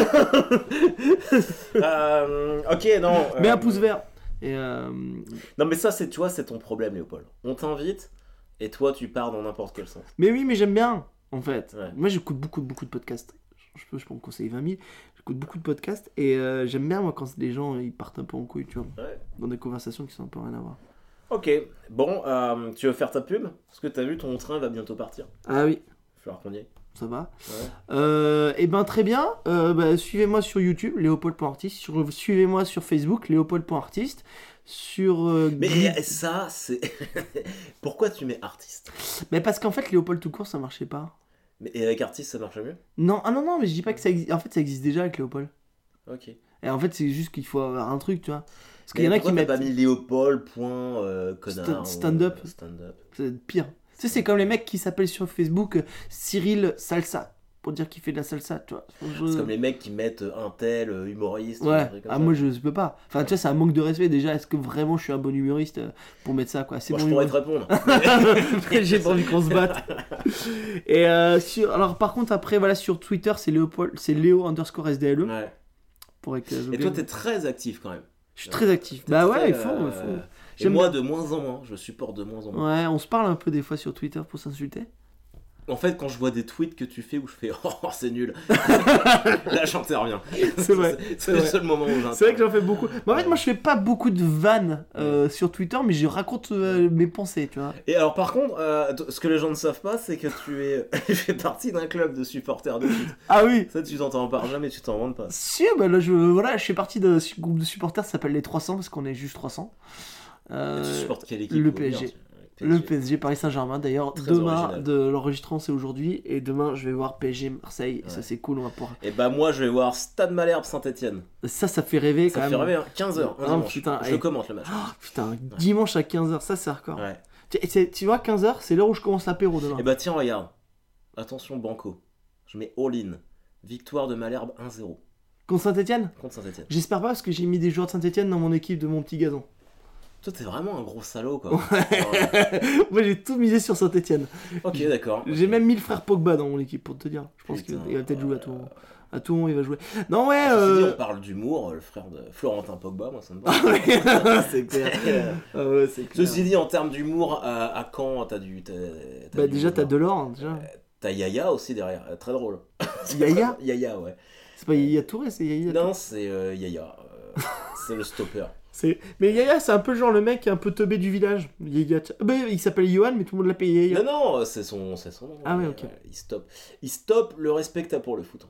Euh, ok, non. Mets euh, un pouce vert. Et euh, Non, mais ça, c'est, tu vois, c'est ton problème, Léopold. On t'invite et toi, tu pars dans n'importe quel sens. Mais oui, mais j'aime bien, en fait. Ouais. Moi, j'écoute beaucoup, beaucoup de podcasts. Je peux, je peux en conseiller vingt mille. J'écoute beaucoup de podcasts et euh, j'aime bien, moi, quand les gens ils partent un peu en couille, tu vois, Ouais. dans des conversations qui sont un peu rien à voir. Ok, bon, euh, tu veux faire ta pub? Parce que t'as vu, ton train va bientôt partir. Ah oui, Il va falloir qu'on y aille. ça va. Ouais. Euh, et ben très bien. Euh, bah, suivez-moi sur YouTube, léopold.artiste. Sur, suivez-moi sur Facebook, léopold.artiste. Sur. euh, Mais Grid- ça, c'est. Pourquoi tu mets artiste? Mais parce qu'en fait, Léopold tout court, ça marchait pas. Mais et avec artiste, ça marche mieux? Non, ah non, non, mais je dis pas que ça existe. En fait, ça existe déjà avec Léopold. Ok. Et en fait, c'est juste qu'il faut avoir un truc, tu vois. Parce qu'il Mais y en a pourquoi qui t'as mettent. pas mis Léopold. Point, euh, connard. Sta- ou, stand-up. euh, Stand-up. C'est pire. Tu sais, c'est comme les mecs qui s'appellent sur Facebook euh, Cyril Salsa. Pour dire qu'il fait de la salsa, tu vois. Je- C'est comme les mecs qui mettent un tel euh, humoriste. ou Ouais, un truc comme ah, ça. moi je, je peux pas. Enfin, tu vois, c'est un manque de respect déjà. Est-ce que vraiment je suis un bon humoriste euh, pour mettre ça, quoi? C'est Moi, bon je pourrais te humoriste. répondre. J'ai pas envie qu'on se batte. Et euh, sur, alors, par contre, après, voilà, sur Twitter, c'est Léopold, c'est Léo underscore S D L E. Ouais. Pour être, euh, Et toi, t'es très actif quand même. je suis très actif. T'es Bah très, ouais, il faut. euh, il faut. Et J'aime moi, de moins en moins, je supporte de moins en moins. Ouais, on se parle un peu des fois sur Twitter pour s'insulter. En fait, quand je vois des tweets que tu fais où je fais oh, c'est nul, là j'interviens. C'est vrai, C'est, c'est c'est le vrai. seul moment où j'interviens. C'est vrai que j'en fais beaucoup. Mais en fait, moi, je fais pas beaucoup de vannes euh, sur Twitter, mais je raconte euh, mes pensées, tu vois. Et alors, par contre, euh, t- ce que les gens ne savent pas, c'est que tu es tu fais partie d'un club de supporters de foot. Ah oui. Ça, tu t'en parles jamais, tu t'en rends pas. Si, bah là, je, voilà, je fais partie d'un su- groupe de supporters qui s'appelle les trois cents parce qu'on est juste trois cents. Euh, Et tu supportes quelle équipe? le faut P S G. dire, tu- Le P S G Paris Saint-Germain. D'ailleurs, Très demain, original. de l'enregistrement, c'est aujourd'hui. Et demain, je vais voir P S G Marseille. Et ça, Ouais. c'est cool. On va pouvoir. Et bah, moi, je vais voir Stade Malherbe Saint-Etienne. Ça, ça fait rêver quand Ça même. fait rêver, hein. quinze heures. Ah, putain, je hey. le commente le match. Oh, putain, dimanche à quinze heures, ça, c'est hardcore. Ouais. Tu, c'est- tu vois, quinze heures, c'est l'heure où je commence l'apéro demain. Et bah, tiens, regarde. Attention, Banco. Je mets all-in. Victoire de Malherbe un zéro Contre Saint-Etienne. contre Saint-Etienne. J'espère pas parce que j'ai mis des joueurs de Saint-Etienne dans mon équipe de mon petit gazon. Toi, t'es vraiment un gros salaud, quoi. Ouais. Moi, j'ai tout misé sur Saint-Etienne. Ok, d'accord. J'ai même mis le frère Pogba dans mon équipe pour te dire. Je pense qu'il Putain, il va peut-être jouer à ouais. Toulon. À Toulon, il va jouer. Non, ouais. Ceci dit, Euh... on parle d'humour, le frère de Florentin Pogba, moi ça me va. c'est clair. Ah ouais, c'est clair. Ceci dit, en termes d'humour, à, à Caen, t'as du. T'as, t'as Bah, du déjà, humour. t'as Delors, hein, déjà. T'as Yaya aussi derrière, euh, très drôle. Yaya Yaya, ouais. C'est pas Yaya Touré, c'est Yaya. Non, c'est euh, Yaya. euh, c'est le stopper. C'est... Mais Yaya, c'est un peu genre le mec un peu teubé du village. Yaya. Bah, il s'appelle Johan, mais tout le monde l'appelle Yaya. Non, non, c'est son, c'est son nom. Ah ouais, mais, ok. euh, il stoppe. Il stoppe le respect que t'as pour le foot.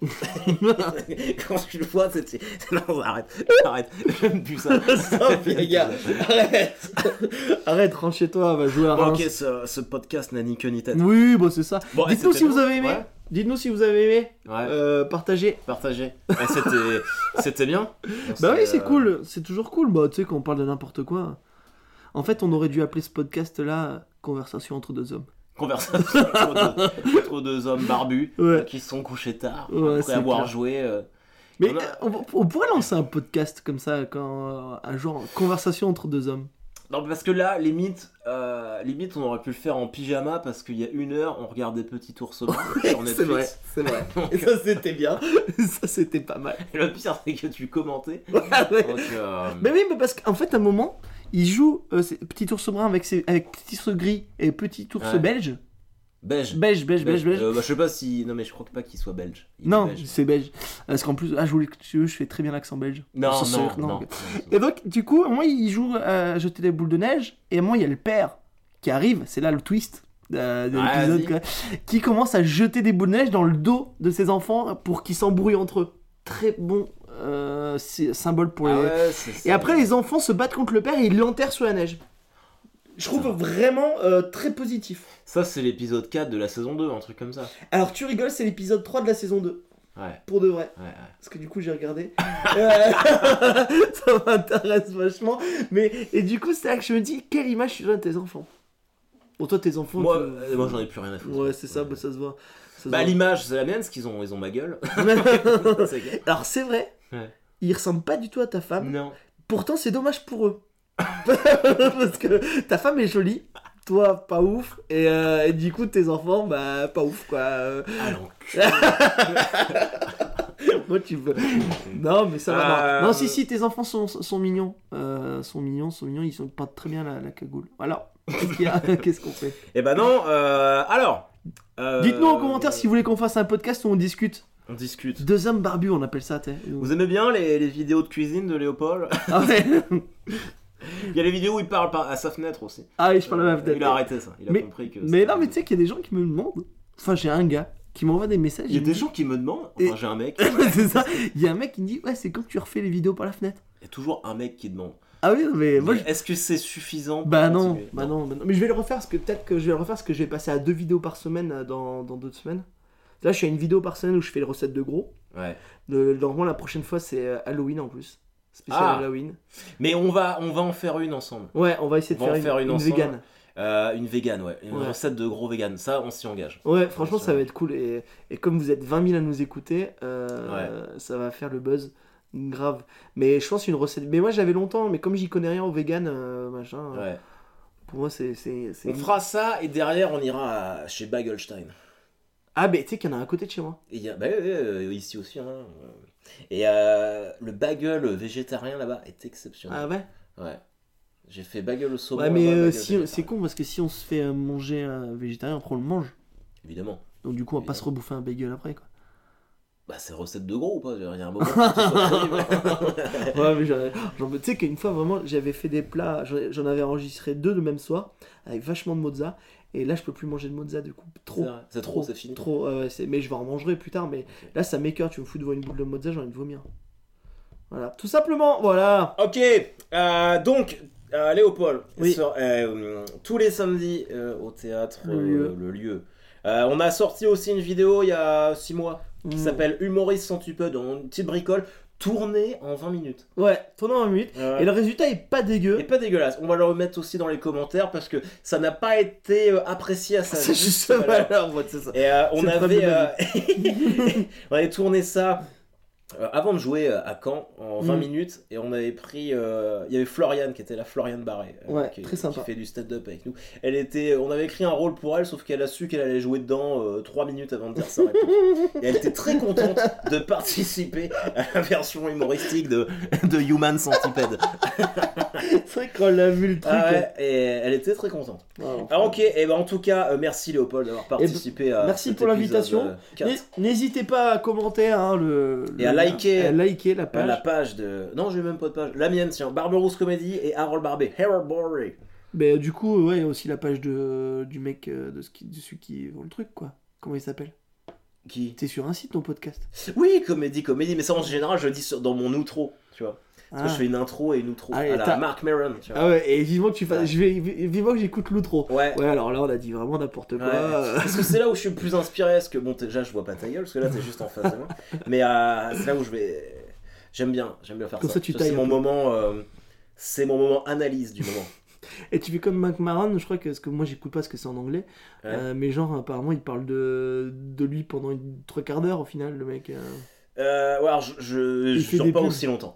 Quand tu le vois, c'est. Non, arrête, arrête. J'aime plus ça. Stop, Yaya. Arrête. Arrête, rentre chez toi, va jouer à Bon, Reims. ok, ce, ce podcast n'a ni queue ni tête. Oui, bah c'est ça. Bon, et Dites-nous c'était si vous bon. avez aimé. Ouais. Dites-nous si vous avez aimé. Ouais. Euh, partagez. Partagé. Et c'était, c'était bien. Bah oui, c'est euh, cool. C'est toujours cool. Bah, tu sais, quand on parle de n'importe quoi. En fait, on aurait dû appeler ce podcast-là Conversation entre deux hommes. Conversation entre deux, entre deux hommes barbus Ouais. euh, qui se sont couchés tard Ouais, après c'est avoir clair. joué. euh, Mais On a- euh, on, on pourrait lancer un podcast comme ça, quand, euh, un genre Conversation entre deux hommes. Non, parce que là, limite, euh, limite, on aurait pu le faire en pyjama parce qu'il y a une heure, on regardait Petit Ours Brun sur Netflix. c'est vrai, c'est vrai. Et ça, c'était bien. Ça, c'était pas mal. Et le pire, c'est que tu commentais. Ouais. Donc, euh, Mais oui, mais parce qu'en fait, à un moment, il joue euh, c'est Petit Ours Brun avec, ses, avec Petit Ours Gris et Petit Ours Ouais. Belge. Beige. Beige, beige, beige, beige. Euh, bah, je sais pas si. Non, mais je crois pas qu'il soit belge. Il est Non, belge. c'est belge. Parce qu'en plus, ah, je voulais que tu veux, je fais très bien l'accent belge. Non, Ça, non, c'est- non, non. Et donc, du coup, moi, il joue à jeter des boules de neige, et moi, il y a le père qui arrive, c'est là le twist euh, de Ah, l'épisode, vas-y. quoi, qui commence à jeter des boules de neige dans le dos de ses enfants pour qu'ils s'embrouillent entre eux. Très bon euh, sy- symbole pour Ah les... ouais, c'est ça. Et après, les enfants se battent contre le père et ils l'enterrent sous la neige. Je trouve vraiment euh, très positif. Ça, c'est l'épisode quatre de la saison deux, un truc comme ça. Alors, tu rigoles, c'est l'épisode trois de la saison deux. Ouais, Pour de vrai. ouais, ouais. Parce que du coup, j'ai regardé. Euh, ça m'intéresse vachement. Mais, et du coup, c'est là que je me dis, quelle image tu donnes à tes enfants? Bon, toi, tes enfants. Moi, tu- euh, moi j'en ai plus rien à foutre. Ouais, c'est ça, bah, ça se voit. Ça se Bah, voit. l'image, c'est la mienne, parce qu'ils ont, ils ont ma gueule. C'est clair. Alors, c'est vrai, Ouais. ils ressemblent pas du tout à ta femme. Non. Pourtant, c'est dommage pour eux. Parce que ta femme est jolie, toi, pas ouf. Et, euh, et du coup, tes enfants, bah, pas ouf, quoi. Euh, Ah, l'enculé. Moi, tu veux. Non, mais ça va. Euh, Non. non, si, si, tes enfants sont, sont mignons. Euh, sont mignons, sont mignons. Ils sont pas très bien la, la cagoule. Voilà. Qu'est-ce qu'il y a Qu'est-ce qu'on fait Eh ben non, euh, alors. euh, Dites-nous en commentaire si vous voulez qu'on fasse un podcast où on discute. On discute. Deux hommes barbus, on appelle ça, t'es. Vous aimez bien les, les vidéos de cuisine de Léopold? Ah ouais. Il y a les vidéos où il parle par- à sa fenêtre aussi. Ah oui, je parle de ma Euh, fenêtre. Il a arrêté ça. Il a Mais- compris que. Mais c'était- non, mais tu sais qu'il y a des gens qui me demandent. Enfin, j'ai un gars qui m'envoie des messages. Il y a me des dit- gens qui me demandent. Et- Enfin, j'ai un mec. C'est ça. Il y a un mec qui me dit, ouais, c'est quand que tu refais les vidéos par la fenêtre. Il y a toujours un mec qui demande. Ah oui, non, mais moi, Mais je- Est-ce que c'est suffisant pour Bah non, continuer bah non, bah non. Mais je vais le refaire parce que peut-être que je vais le refaire parce que je vais passer à deux vidéos par semaine euh, dans, dans deux semaines. Là, je suis à une vidéo par semaine où je fais les recettes de gros. Ouais. Le, normalement, la prochaine fois, c'est euh, Halloween en plus. Spécial Ah. Halloween. Mais on va, on va en faire une ensemble. Ouais, on va essayer de On va faire, en faire une une, une ensemble. vegan. Euh, une vegan, ouais. Une Ouais. recette de gros vegan. Ça, on s'y engage. Ouais, franchement, Bien ça sûr. va être cool. Et, et comme vous êtes vingt mille à nous écouter, euh, ça va faire le buzz. Grave. Mais je pense une recette. Mais moi, j'avais longtemps, mais comme j'y connais rien au vegan, euh, machin, euh, Ouais. pour moi, c'est. c'est- c'est- On fera ça et derrière, on ira à- chez Bagelstein. Ah, mais tu sais qu'il y en a un à côté de chez moi. Et il y a, bah, ouais, ouais, euh, ici aussi. Hein. Et euh, le bagel végétarien là-bas est exceptionnel. Ah ouais? Ouais. J'ai fait bagel au saumon. Ouais, mais là-bas, euh, bagel si, végétarien. c'est con parce que si on se fait euh, manger un végétarien, après on le mange. Évidemment. Donc du coup, on va pas se rebouffer un bagel après quoi. Bah, c'est recette de gros ou pas? Il y a un moment où ce soit crédible. Ouais, mais j'en- j'en- tu sais qu'une fois vraiment, j'avais fait des plats, j'en j'en avais enregistré deux le même soir avec vachement de mozza. Et là, je peux plus manger de mozza du coup. Trop. C'est vrai. C'est trop, c'est fini. Trop. ouais, ouais, c'est- mais je vais en manger plus tard. Mais là, ça m'écoeure. Tu me fous devant une boule de mozza, j'ai envie de vomir. Voilà. Tout simplement. Voilà. Ok, euh, donc euh, Léopold, Oui. sur, euh, tous les samedis euh, au théâtre, Le euh, lieu. le lieu. Euh, on a sorti aussi une vidéo il y a six mois qui Mm. s'appelle Humoriste sans tu peux, dans une petite bricole, tournée en vingt minutes. Ouais. Tournant en minutes. Et le résultat est pas dégueu. Et pas dégueulasse. On va le remettre aussi dans les commentaires parce que ça n'a pas été euh, apprécié à sa C'est juste juste valeur. voilà, en fait, c'est ça. Et euh, on C'est le avait, problème euh, on avait tourné ça euh, avant de jouer euh, à Caen en vingt Mm. minutes et on avait pris, euh, il y avait Floriane qui était là, Floriane Barré, euh, Ouais, qui, très sympa. qui fait du stand-up avec nous. Elle était, on avait écrit un rôle pour elle, sauf qu'elle a su qu'elle allait jouer dedans euh, trois minutes avant de dire sa réponse. Et elle était très contente de participer à la version humoristique de, de Human Centipede. C'est vrai qu'on l'a vu le truc. Ah ouais, et elle était très contente. Ouais, Alors ok, et ben en tout cas, euh, merci Léopold d'avoir participé à merci cet pour épisode, l'invitation. euh, quatre. N'hé- N'hésitez pas à commenter hein, le, Et le- à liker. à liker la page. La page de... Non, j'ai même pas de page. La mienne, tiens. Barberousse Comedy et Harold Barbet. Harold Barbet. Mais euh, du coup, ouais, il y a aussi la page de, du mec, euh, de, ce qui, de celui qui vend le truc, quoi. Comment il s'appelle? Qui? C'est sur un site, ton podcast. Oui, comédie, comédie. Mais ça, en général, je le dis sur- dans mon outro, tu vois. Parce Ah. que je fais une intro et une outro. Ah, et à la t'as- Mark Maron, tu vois. Ah ouais, et vivement que tu fasses. Ouais. Je vais, vivement que j'écoute l'outro. Ouais. Ouais, alors là, on a dit vraiment n'importe quoi. Ouais. Euh, Parce que c'est là où je suis le plus inspiré. Parce que bon, déjà, je vois pas ta gueule. Parce que là, t'es juste en face de moi. Mais euh, c'est là où je vais. J'aime bien. J'aime bien faire Comme ça. ça, tu Parce que tailles C'est un mon peu. moment. euh, C'est mon moment analyse du moment. Et tu fais comme McMahon, je crois que, parce que moi j'écoute pas parce que c'est en anglais, Ouais. euh, mais genre apparemment il parle de, de lui pendant une trois quarts d'heure au final, le mec. euh. Euh, ouais, alors je, je, Il je fait dure des pas pubs. aussi longtemps.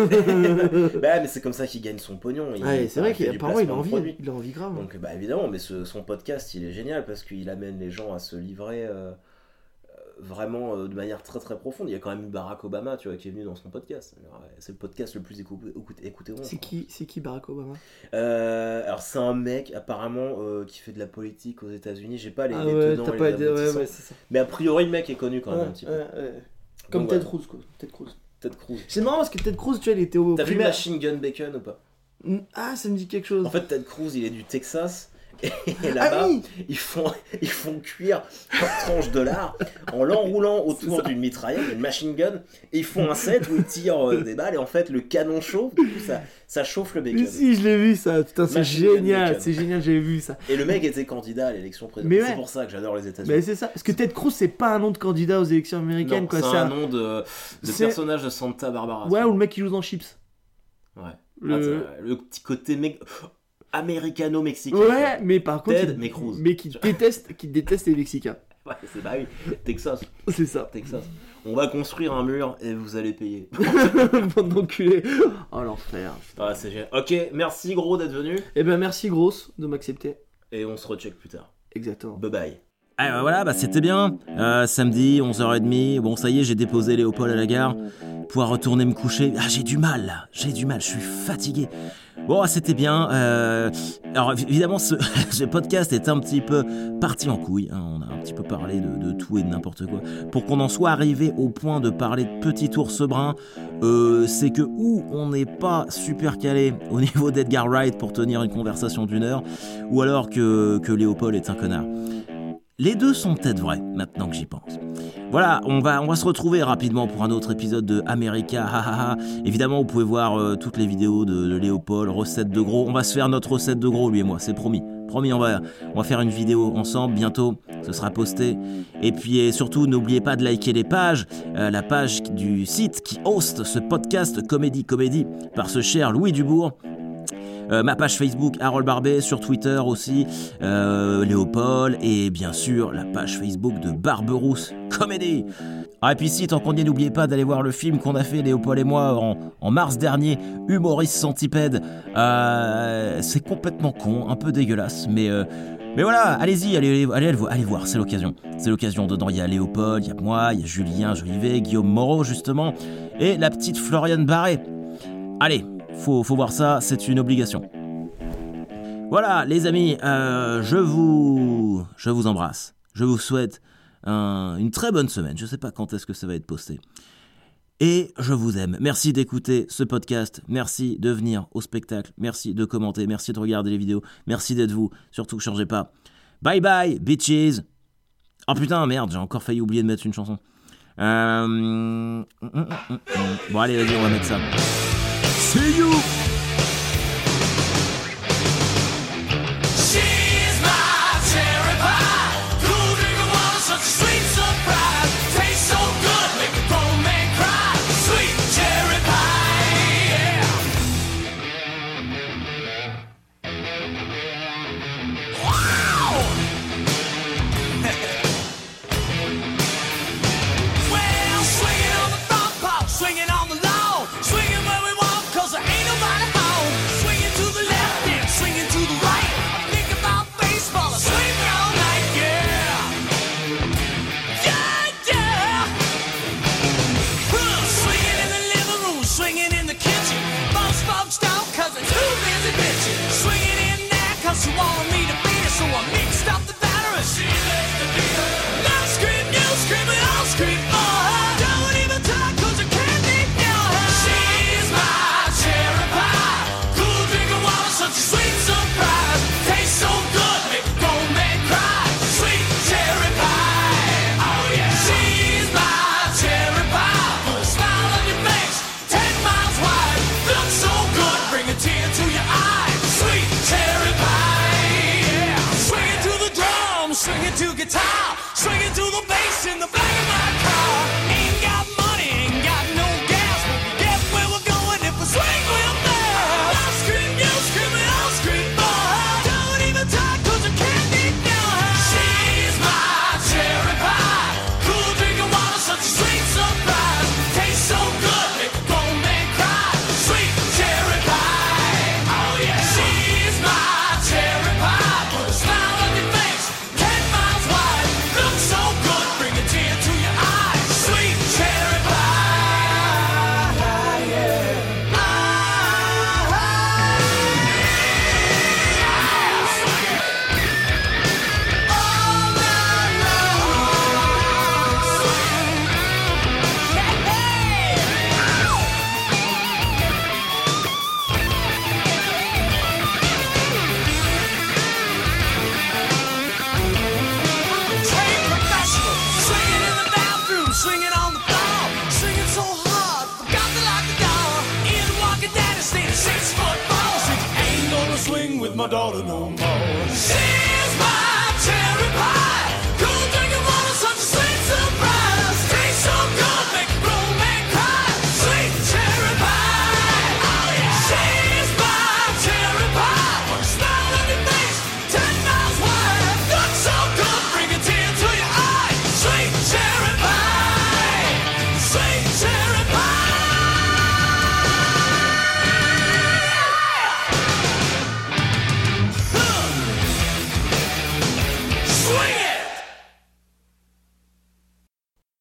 Bah, mais c'est comme ça qu'il gagne son pognon. Il, Ouais, c'est vrai il fait du qu'apparemment il a placement de envie, produits. il a envie grave. Donc, bah évidemment, mais ce- son podcast il est génial parce qu'il amène les gens à se livrer euh, euh, vraiment euh, de manière très très profonde. Il y a quand même eu Barack Obama, tu vois, qui est venu dans son podcast. Alors, euh, c'est le podcast le plus écouté, écouté, écouté au monde. C'est qui, c'est qui Barack Obama? euh, Alors c'est un mec apparemment euh, qui fait de la politique aux États-Unis. J'ai pas les, Ah les ouais, tenants t'as et pas les aidé, ouais, aboutissants. ouais, c'est ça. Mais a priori le mec est connu quand même Ouais, un petit peu. ouais, ouais. Comme Donc, Ted voilà. Cruz, quoi. Ted Cruz. Ted Cruz. C'est marrant parce que Ted Cruz, tu vois, il était au T'as vu primaire. Machine Gun Bacon ou pas? Ah, ça me dit quelque chose. En fait, Ted Cruz, il est du Texas. Et là-bas, Ah oui, ils, font, ils font cuire leur tranche de lard en l'enroulant autour d'une mitraillette, d'une machine gun, et ils font un set où ils tirent euh, des balles, et en fait, le canon chauffe, du coup, ça, ça chauffe le bacon. mais si, je l'ai vu ça. Putain, c'est Machine Gun génial, Bacon. c'est génial, j'ai vu ça. Et le mec était candidat à l'élection Mais présidentielle. ouais. C'est pour ça que j'adore les États-Unis. Mais c'est ça. Parce que Ted Cruz, c'est pas un nom de candidat aux élections américaines, Non, quoi. c'est C'est un un... nom de, de C'est- personnage de Santa Barbara. Ouais, ça. ou le mec qui joue dans Chips. Ouais. Le- Ah, c'est- le petit côté mec... américano-mexicain. Ouais, mais par contre, Ted, il- mais Cruz. mais qui déteste, qui déteste les Mexicains. Ouais, c'est bah oui. Texas. C'est ça. Texas. On va construire un mur et vous allez payer. Bande d'enculés. Oh l'enfer. Ah, c'est génial. Ok, merci gros d'être venu. Eh ben merci grosse de m'accepter. Et on se recheck plus tard. Exactement. Bye bye. Ah bah voilà, bah c'était bien. Euh, samedi, onze heures trente. Bon, ça y est, j'ai déposé Léopold à la gare. Pouvoir retourner me coucher. Ah, j'ai du mal là. J'ai du mal, je suis fatigué. Bon, c'était bien. Euh... Alors évidemment, ce... ce podcast est un petit peu parti en couille. Hein. On a un petit peu parlé de, de tout et de n'importe quoi. Pour qu'on en soit arrivé au point de parler de Petit Ours Brun, euh, c'est que ou on n'est pas super calé au niveau d'Edgar Wright pour tenir une conversation d'une heure, ou alors que, que Léopold est un connard. Les deux sont peut-être vrais, maintenant que j'y pense. Voilà, on va, on va se retrouver rapidement pour un autre épisode de America, ha ha ha. Évidemment, vous pouvez voir euh, toutes les vidéos de, de Léopold, recette de gros. On va se faire notre recette de gros, lui et moi, c'est promis. Promis, on va, on va faire une vidéo ensemble bientôt, ce sera posté. Et puis et surtout, n'oubliez pas de liker les pages, euh, la page du site qui host ce podcast Comédie Comédie par ce cher Louis Dubourg. Euh, ma page Facebook Harold Barbet, sur Twitter aussi euh, Léopold, et bien sûr la page Facebook de Barberousse Comédie. Ah, et puis si, tant qu'on y est, n'oubliez pas d'aller voir le film qu'on a fait Léopold et moi en, en mars dernier, Humoriste Centipède. Euh, c'est complètement con, un peu dégueulasse, mais euh, mais voilà, allez-y, allez, allez, allez, allez voir, c'est l'occasion. C'est l'occasion. Dedans, il y a Léopold, il y a moi, il y a Julien Jolivet, Guillaume Moreau justement, et la petite Floriane Barré. Allez, faut, faut voir ça, c'est une obligation. Voilà, les amis, euh, je vous, je vous embrasse. Je vous souhaite un, une très bonne semaine. Je sais pas quand est-ce que ça va être posté. Et je vous aime. Merci d'écouter ce podcast. Merci de venir au spectacle. Merci de commenter. Merci de regarder les vidéos. Merci d'être vous. Surtout, changez pas. Bye bye, bitches. Oh putain, merde, j'ai encore failli oublier de mettre une chanson. Euh... Bon, allez, vas-y, on va mettre ça. See you! She's my cherry pie. Cool drinking water, such a sweet surprise. Tastes so good, make a grown man cry. Sweet cherry pie, yeah. Wow! Well, swinging on the front porch, swinging on the lawn, swinging where we want, 'cause there ain't nobody with my daughter no more. She